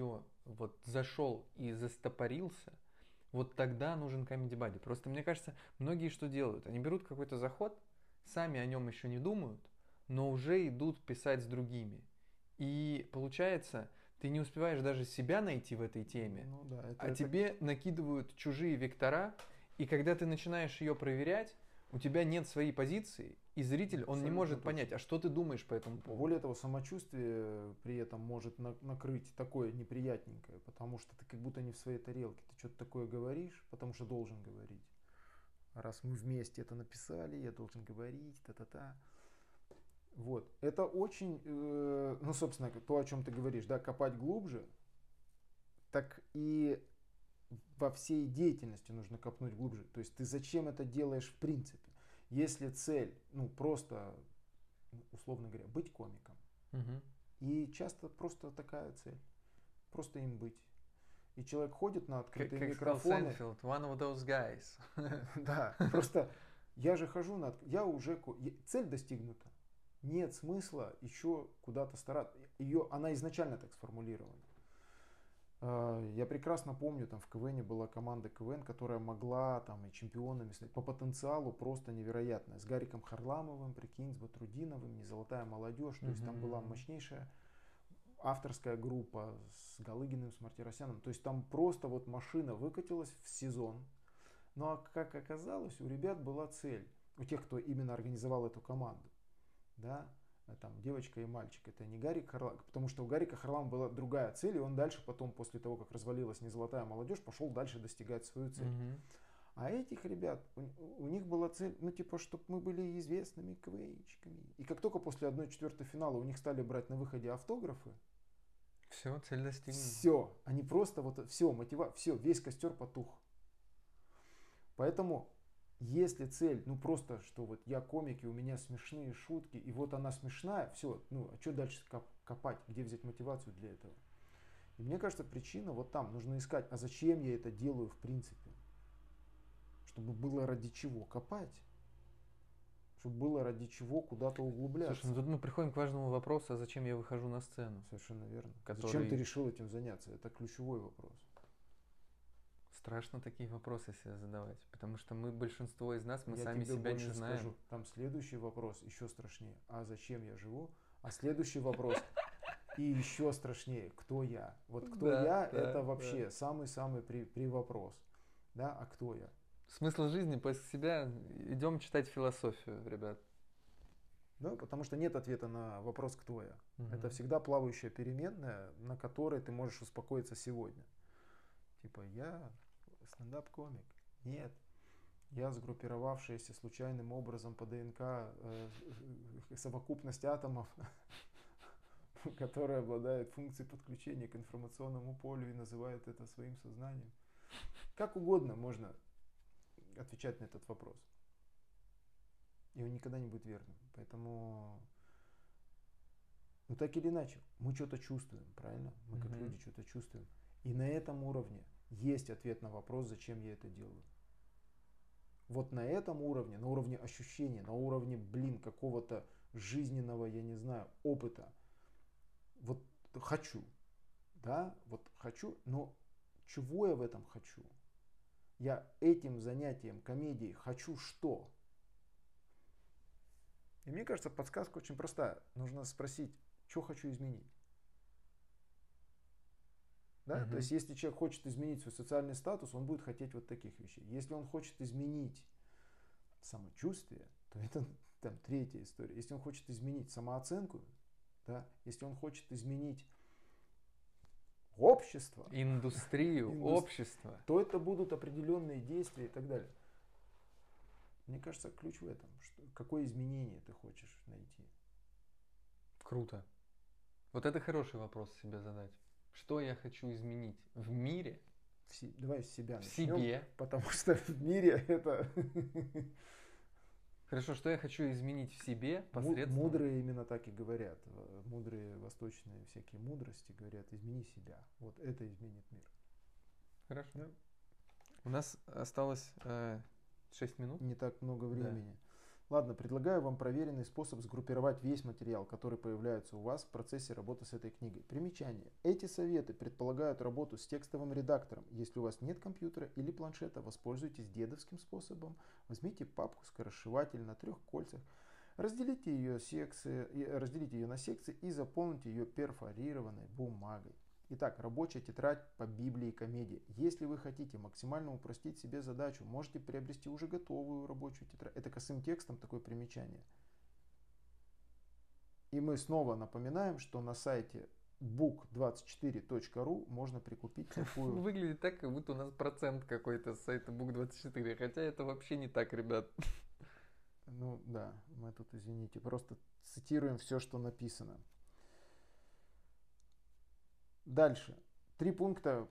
вот зашел и застопорился, вот тогда нужен Comedy Buddy. Просто мне кажется, многие что делают? Они берут какой-то заход, сами о нем еще не думают, но уже идут писать с другими. И получается, ты не успеваешь даже себя найти в этой теме, Ну да, это, а это... тебе накидывают чужие вектора, и когда ты начинаешь ее проверять, у тебя нет своей позиции, и зритель, он Абсолютно не может точно. понять, а что ты думаешь по этому поводу. Более того, самочувствие при этом может на- накрыть такое неприятненькое, потому что ты как будто не в своей тарелке. Ты что-то такое говоришь, потому что должен говорить. А раз мы вместе это написали, я должен говорить, та-та-та. Вот. Это очень, э, ну, собственно, то, о чем ты говоришь, да, копать глубже, так и во всей деятельности нужно копнуть глубже. То есть ты зачем это делаешь в принципе? Если цель, ну, просто, условно говоря, быть комиком, Мгм. и часто просто такая цель, просто им быть. И человек ходит на Как, открытые как сказал микрофоны. Сайнфилд, one of those guys. Да, просто я же хожу на... Я уже... ко- я- Цель достигнута. Нет смысла еще куда-то стараться. Ее, она изначально так сформулирована. А, Я прекрасно помню, там в КВН была команда КВН, которая могла там и чемпионами стать по потенциалу просто невероятная. С Гариком Харламовым, прикинь, с Батрудиновым, не золотая молодежь. То есть там была Мгм. мощнейшая авторская группа с Галыгиным, с Мартиросяном. То есть там просто вот машина выкатилась в сезон. Ну а как оказалось, у ребят была цель. У тех, кто именно организовал эту команду. Да, там девочка и мальчик. Это не Гарик Харлам, потому что у Гарика Харлама была другая цель, и он дальше потом, после того, как развалилась не золотая молодежь, пошел дальше достигать свою цель. Мгм. А этих ребят, у, у них была цель, ну типа, чтобы мы были известными КВНщиками. И как только после одной четвертой финала у них стали брать на выходе автографы, Все, цель достигнута. все, они просто вот, все, мотива, все, весь костер потух. Поэтому, если цель, ну просто, что вот я комик, и у меня смешные шутки, и вот она смешная, все, ну а что дальше коп- копать, где взять мотивацию для этого? И мне кажется, причина вот там, нужно искать, а зачем я это делаю в принципе? Чтобы было ради чего копать, чтобы было ради чего куда-то углубляться. Слушай, ну тут мы приходим к важному вопросу, а зачем я выхожу на сцену? Совершенно верно. Который- Зачем ты решил этим заняться? Это ключевой вопрос. Страшно такие вопросы себе задавать, потому что мы, большинство из нас, мы Я сами тебе себя больше не знаем. скажу. Там следующий вопрос еще страшнее. А зачем я живу? А следующий вопрос и еще страшнее. Кто я? Вот кто Да, я, да, это да. вообще самый-самый при, при вопрос. Да, а кто я? Смысл жизни, поиск себя. Идем читать философию, ребят. Да, потому что нет ответа на вопрос, кто я. Мгм. Это всегда плавающая переменная, на которой ты можешь успокоиться сегодня. Типа, я стендап-комик. Нет. Я сгруппировавшаяся случайным образом по ДНК э, совокупность атомов, которая обладает функцией подключения к информационному полю и называет это своим сознанием. Как угодно можно отвечать на этот вопрос. И он никогда не будет верным. Поэтому, ну так или иначе, мы что-то чувствуем, правильно? Мы как Мгм. люди что-то чувствуем. И на этом уровне есть ответ на вопрос, зачем я это делаю. Вот на этом уровне, на уровне ощущения, на уровне, блин, какого-то жизненного, я не знаю, опыта. Вот хочу, да, вот хочу, но чего я в этом хочу? Я этим занятием, комедией хочу что? И мне кажется, подсказка очень простая. Нужно спросить, что хочу изменить. Да? Мгм. То есть, если человек хочет изменить свой социальный статус, он будет хотеть вот таких вещей. Если он хочет изменить самочувствие, то это там третья история. Если он хочет изменить самооценку, да, если он хочет изменить общество, Индустрию, Индус- общество. то это будут определенные действия и так далее. Мне кажется, ключ в этом. Что, какое изменение ты хочешь найти? Круто. Вот это хороший вопрос себе задать. Что я хочу изменить в мире, В се- Давай с себя в начнем, себе? потому что в мире это Хорошо, что я хочу изменить в себе Му- посредством... мудрые именно так и говорят. Э, Мудрые восточные всякие мудрости говорят, измени себя. Вот это изменит мир. Хорошо. Да. У нас осталось шесть минут. Не так много Да. времени. Ладно, предлагаю вам проверенный способ сгруппировать весь материал, который появляется у вас в процессе работы с этой книгой. Примечание. Эти советы предполагают работу с текстовым редактором. Если у вас нет компьютера или планшета, воспользуйтесь дедовским способом. Возьмите папку-скоросшиватель на трех кольцах, разделите ее, секции, разделите ее на секции и заполните ее перфорированной бумагой. Итак, рабочая тетрадь по Библии и комедии. Если вы хотите максимально упростить себе задачу, можете приобрести уже готовую рабочую тетрадь. Это косым текстом такое примечание. И мы снова напоминаем, что на сайте бук двадцать четыре точка ру можно прикупить такую... Выглядит так, как будто у нас процент какой-то с сайта бук двадцать четыре, хотя это вообще не так, ребят. Ну да, мы тут, извините, просто цитируем все, что написано. Дальше. Три пункта.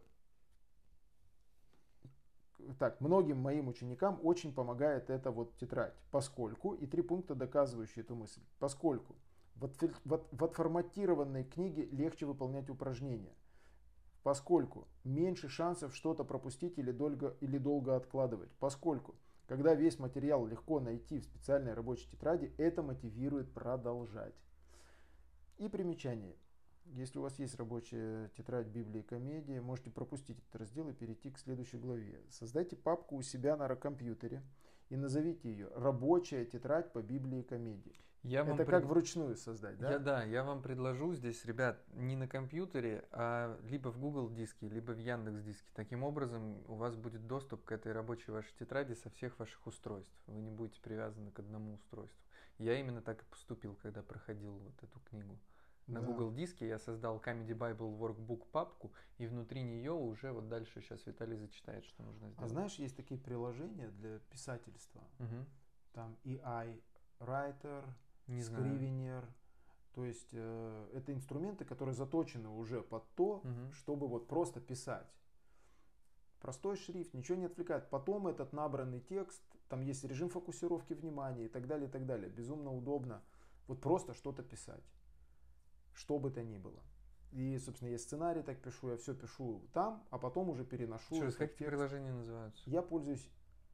Так, многим моим ученикам очень помогает эта вот тетрадь, поскольку, и три пункта, доказывающие эту мысль. Поскольку в, отфи- в, от- в отформатированной книге легче выполнять упражнения. Поскольку меньше шансов что-то пропустить или долго, или долго откладывать. Поскольку, когда весь материал легко найти в специальной рабочей тетради, это мотивирует продолжать. И примечание. Если у вас есть рабочая тетрадь Библии и комедии, можете пропустить этот раздел и перейти к следующей главе. Создайте папку у себя на компьютере и назовите ее «Рабочая тетрадь по Библии и комедии». Я Это вам как пред- вручную создать, да? Я, да, я вам предложу здесь, ребят, не на компьютере, а либо в Google диске, либо в Яндекс диске. Таким образом, у вас будет доступ к этой рабочей вашей тетради со всех ваших устройств. Вы не будете привязаны к одному устройству. Я именно так и поступил, когда проходил вот эту книгу. На Да. Google диске я создал Comedy Bible Workbook папку, и внутри нее уже вот дальше сейчас Виталий зачитает, что нужно сделать. А знаешь, есть такие приложения для писательства. Мгм. Там и ай Writer, Не знаю. Scrivener. То есть э, это инструменты, которые заточены уже под то, Мгм. чтобы вот просто писать. Простой шрифт, ничего не отвлекает. Потом этот набранный текст, там есть режим фокусировки внимания и так далее, и так далее. Безумно удобно вот просто что-то писать. Что бы то ни было. И, собственно, я сценарий так пишу, я все пишу там, а потом уже переношу. Еще раз, этот как эти текст. приложения называются? Я пользуюсь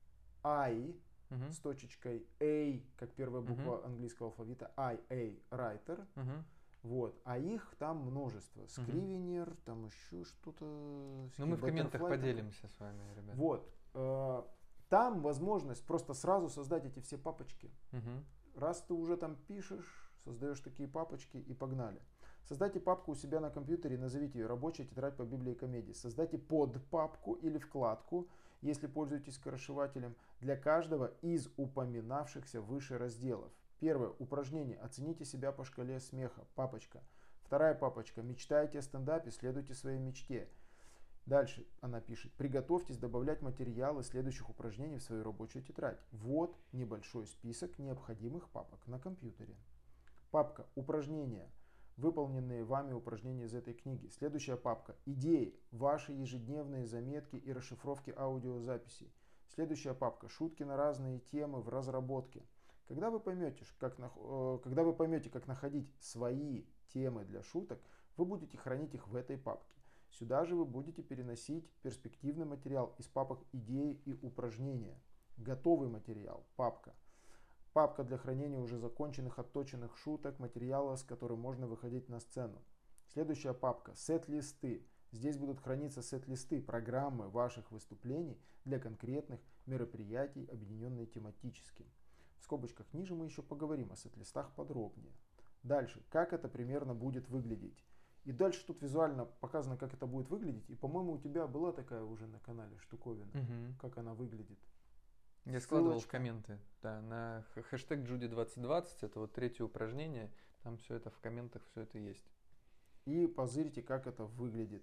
I Мгм. с точечкой A, как первая буква Мгм. английского алфавита, I A Writer. Мгм. Вот. А их там множество. Скривенер, там еще что-то. Ну, мы в комментах Butterfly, там. поделимся с вами, ребят. Вот. Э, Там возможность просто сразу создать эти все папочки. Мгм. Раз ты уже там пишешь, создаешь такие папочки и погнали. Создайте папку у себя на компьютере и назовите ее «Рабочая тетрадь по Библии и комедии». Создайте подпапку или вкладку, если пользуетесь скоросшивателем, для каждого из упоминавшихся выше разделов. Первое. Упражнение. Оцените себя по шкале смеха. Папочка. Вторая папочка. Мечтаете о стендапе, следуйте своей мечте. Дальше она пишет. Приготовьтесь добавлять материалы следующих упражнений в свою рабочую тетрадь. Вот небольшой список необходимых папок на компьютере. Папка «Упражнения». Выполненные вами упражнения из этой книги. Следующая папка «Идеи». Ваши ежедневные заметки и расшифровки аудиозаписей. Следующая папка «Шутки на разные темы в разработке». Когда вы поймете, как, когда вы поймете, как находить свои темы для шуток, вы будете хранить их в этой папке. Сюда же вы будете переносить перспективный материал из папок «Идеи» и «Упражнения». Готовый материал. Папка. Папка для хранения уже законченных, отточенных шуток, материала, с которым можно выходить на сцену. Следующая папка «Сет-листы». Здесь будут храниться сет-листы, программы ваших выступлений для конкретных мероприятий, объединенные тематически. В скобочках ниже мы еще поговорим о сет-листах подробнее. Дальше, как это примерно будет выглядеть. И дальше тут визуально показано, как это будет выглядеть. И, по-моему, у тебя была такая уже на канале штуковина, Мгм. как она выглядит. Я складывал в Ссылочка. комменты, да, на х- хэштег Джуди двадцать двадцать, это вот третье упражнение, там все это в комментах, все это есть. И позырите, как это выглядит.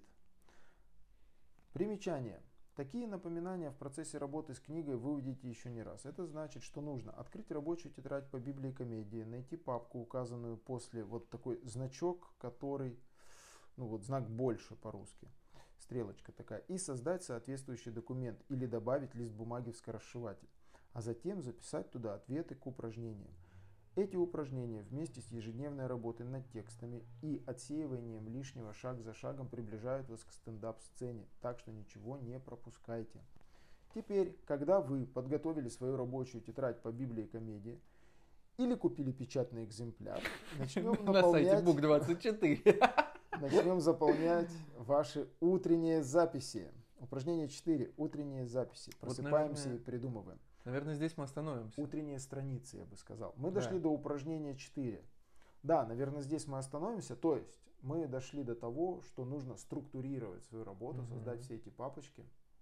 Примечание. Такие напоминания в процессе работы с книгой вы увидите еще не раз. Это значит, что нужно открыть рабочую тетрадь по Библии и комедии, найти папку, указанную после, вот такой значок, который, ну вот знак больше по-русски, стрелочка такая, и создать соответствующий документ или добавить лист бумаги в скоросшиватель, а затем записать туда ответы к упражнениям. Эти упражнения вместе с ежедневной работой над текстами и отсеиванием лишнего шаг за шагом приближают вас к стендап-сцене, так что ничего не пропускайте. Теперь, когда вы подготовили свою рабочую тетрадь по Библии и комедии или купили печатный экземпляр. Начнем На сайте наполнять, бук двадцать четыре. начнем заполнять ваши утренние записи. Упражнение четыре. Утренние записи. Просыпаемся наверное, и придумываем. Наверное, здесь мы остановимся. Утренние страницы, я бы сказал. Мы Да. дошли до упражнения четыре. Да, наверное, здесь мы остановимся. То есть мы дошли до того, что нужно структурировать свою работу, Мгм. создать все эти папочки.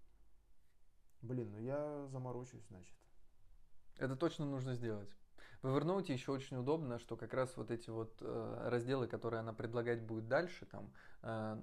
Блин, ну я заморочусь, значит. Это точно нужно сделать. В Evernote еще очень удобно, что как раз вот эти вот э, разделы, которые она предлагать будет дальше, там э,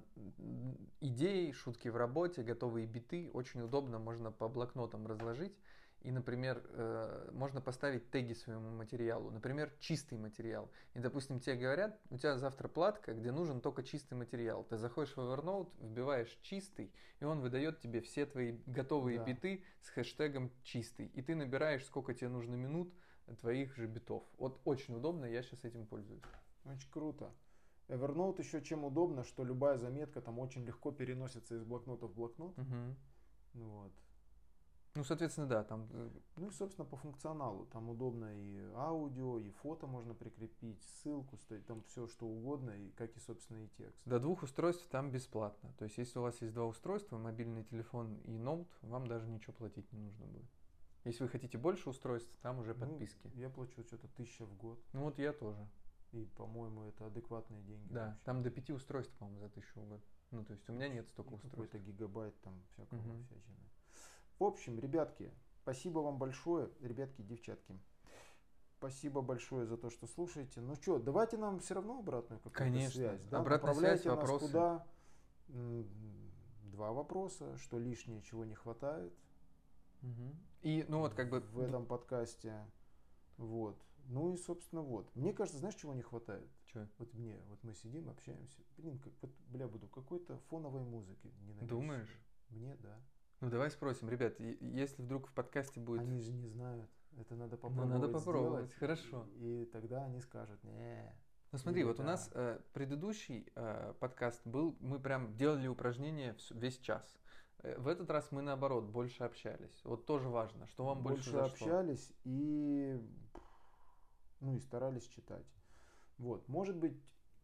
идеи, шутки в работе, готовые биты, очень удобно, можно по блокнотам разложить. И, например, э, можно поставить теги своему материалу. Например, чистый материал. И, допустим, тебе говорят, у тебя завтра платка, где нужен только чистый материал. Ты заходишь в Evernote, вбиваешь чистый, и он выдает тебе все твои готовые Да. биты с хэштегом чистый. И ты набираешь, сколько тебе нужно минут твоих же битов. Вот очень удобно, я сейчас этим пользуюсь. Очень круто. Evernote еще чем удобно, что любая заметка там очень легко переносится из блокнота в блокнот. Мгм. Вот. Ну, соответственно, да, там э, Ну и, собственно, по функционалу. Там удобно и аудио, и фото можно прикрепить, ссылку, ставить, там все что угодно, и как и, собственно, и текст. до двух устройств там бесплатно. То есть, если у вас есть два устройства, мобильный телефон и ноут, вам даже ничего платить не нужно будет. Если вы хотите больше устройств, там уже Ну, подписки. я плачу что-то тысяча в год. Ну вот я тоже. И, по-моему, это адекватные деньги. Да, вообще. там до пяти устройств, по-моему, за тысячу в год. Ну, то есть у меня нет столько И устройств. какой-то гигабайт там всякого Мгм. всячины. В общем, ребятки, спасибо вам большое, ребятки, девчатки. Спасибо большое за то, что слушаете. Ну что, давайте нам все равно обратную какую-то Конечно. связь. Да? Обратная Направляйте связь, нас вопросы. куда. М, Два вопроса, что лишнее, чего не хватает Мгм. И, ну вот, как бы... в этом подкасте. Вот. Ну и, собственно, вот. Мне кажется, знаешь, чего не хватает? Чё? Вот мне, вот мы сидим, общаемся. Блин, как, вот, бля, буду какой-то фоновой музыки ненавязчивой. Думаешь? Мне, да. Ну, давай спросим. Ребят, е- если вдруг в подкасте будет... Они же не знают. Это надо Ну, попробовать надо попробовать, сделать, хорошо. И, и тогда они скажут, не. Ну смотри, Или вот у да. нас э, предыдущий э, подкаст был, мы прям делали упражнения вс- весь час. Э, в этот раз мы наоборот больше общались. Вот тоже важно, что вам больше, больше зашло. общались и, ну, и старались читать. Вот, может быть...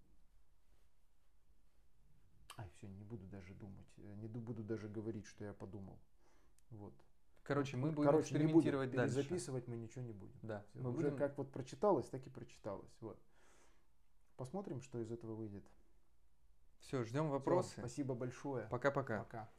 Ай, все, не буду даже думать. э, Не ду- буду даже говорить, что я подумал. Вот. Короче, Ну, мы будем короче, не будем. экспериментировать дальше. Перезаписывать мы ничего не будем. Да, Всё, мы уже будем... как вот прочиталось, так и прочиталось. Вот. Посмотрим, что из этого выйдет. Все, ждем Всё, вопросы. спасибо большое. Пока-пока. Пока.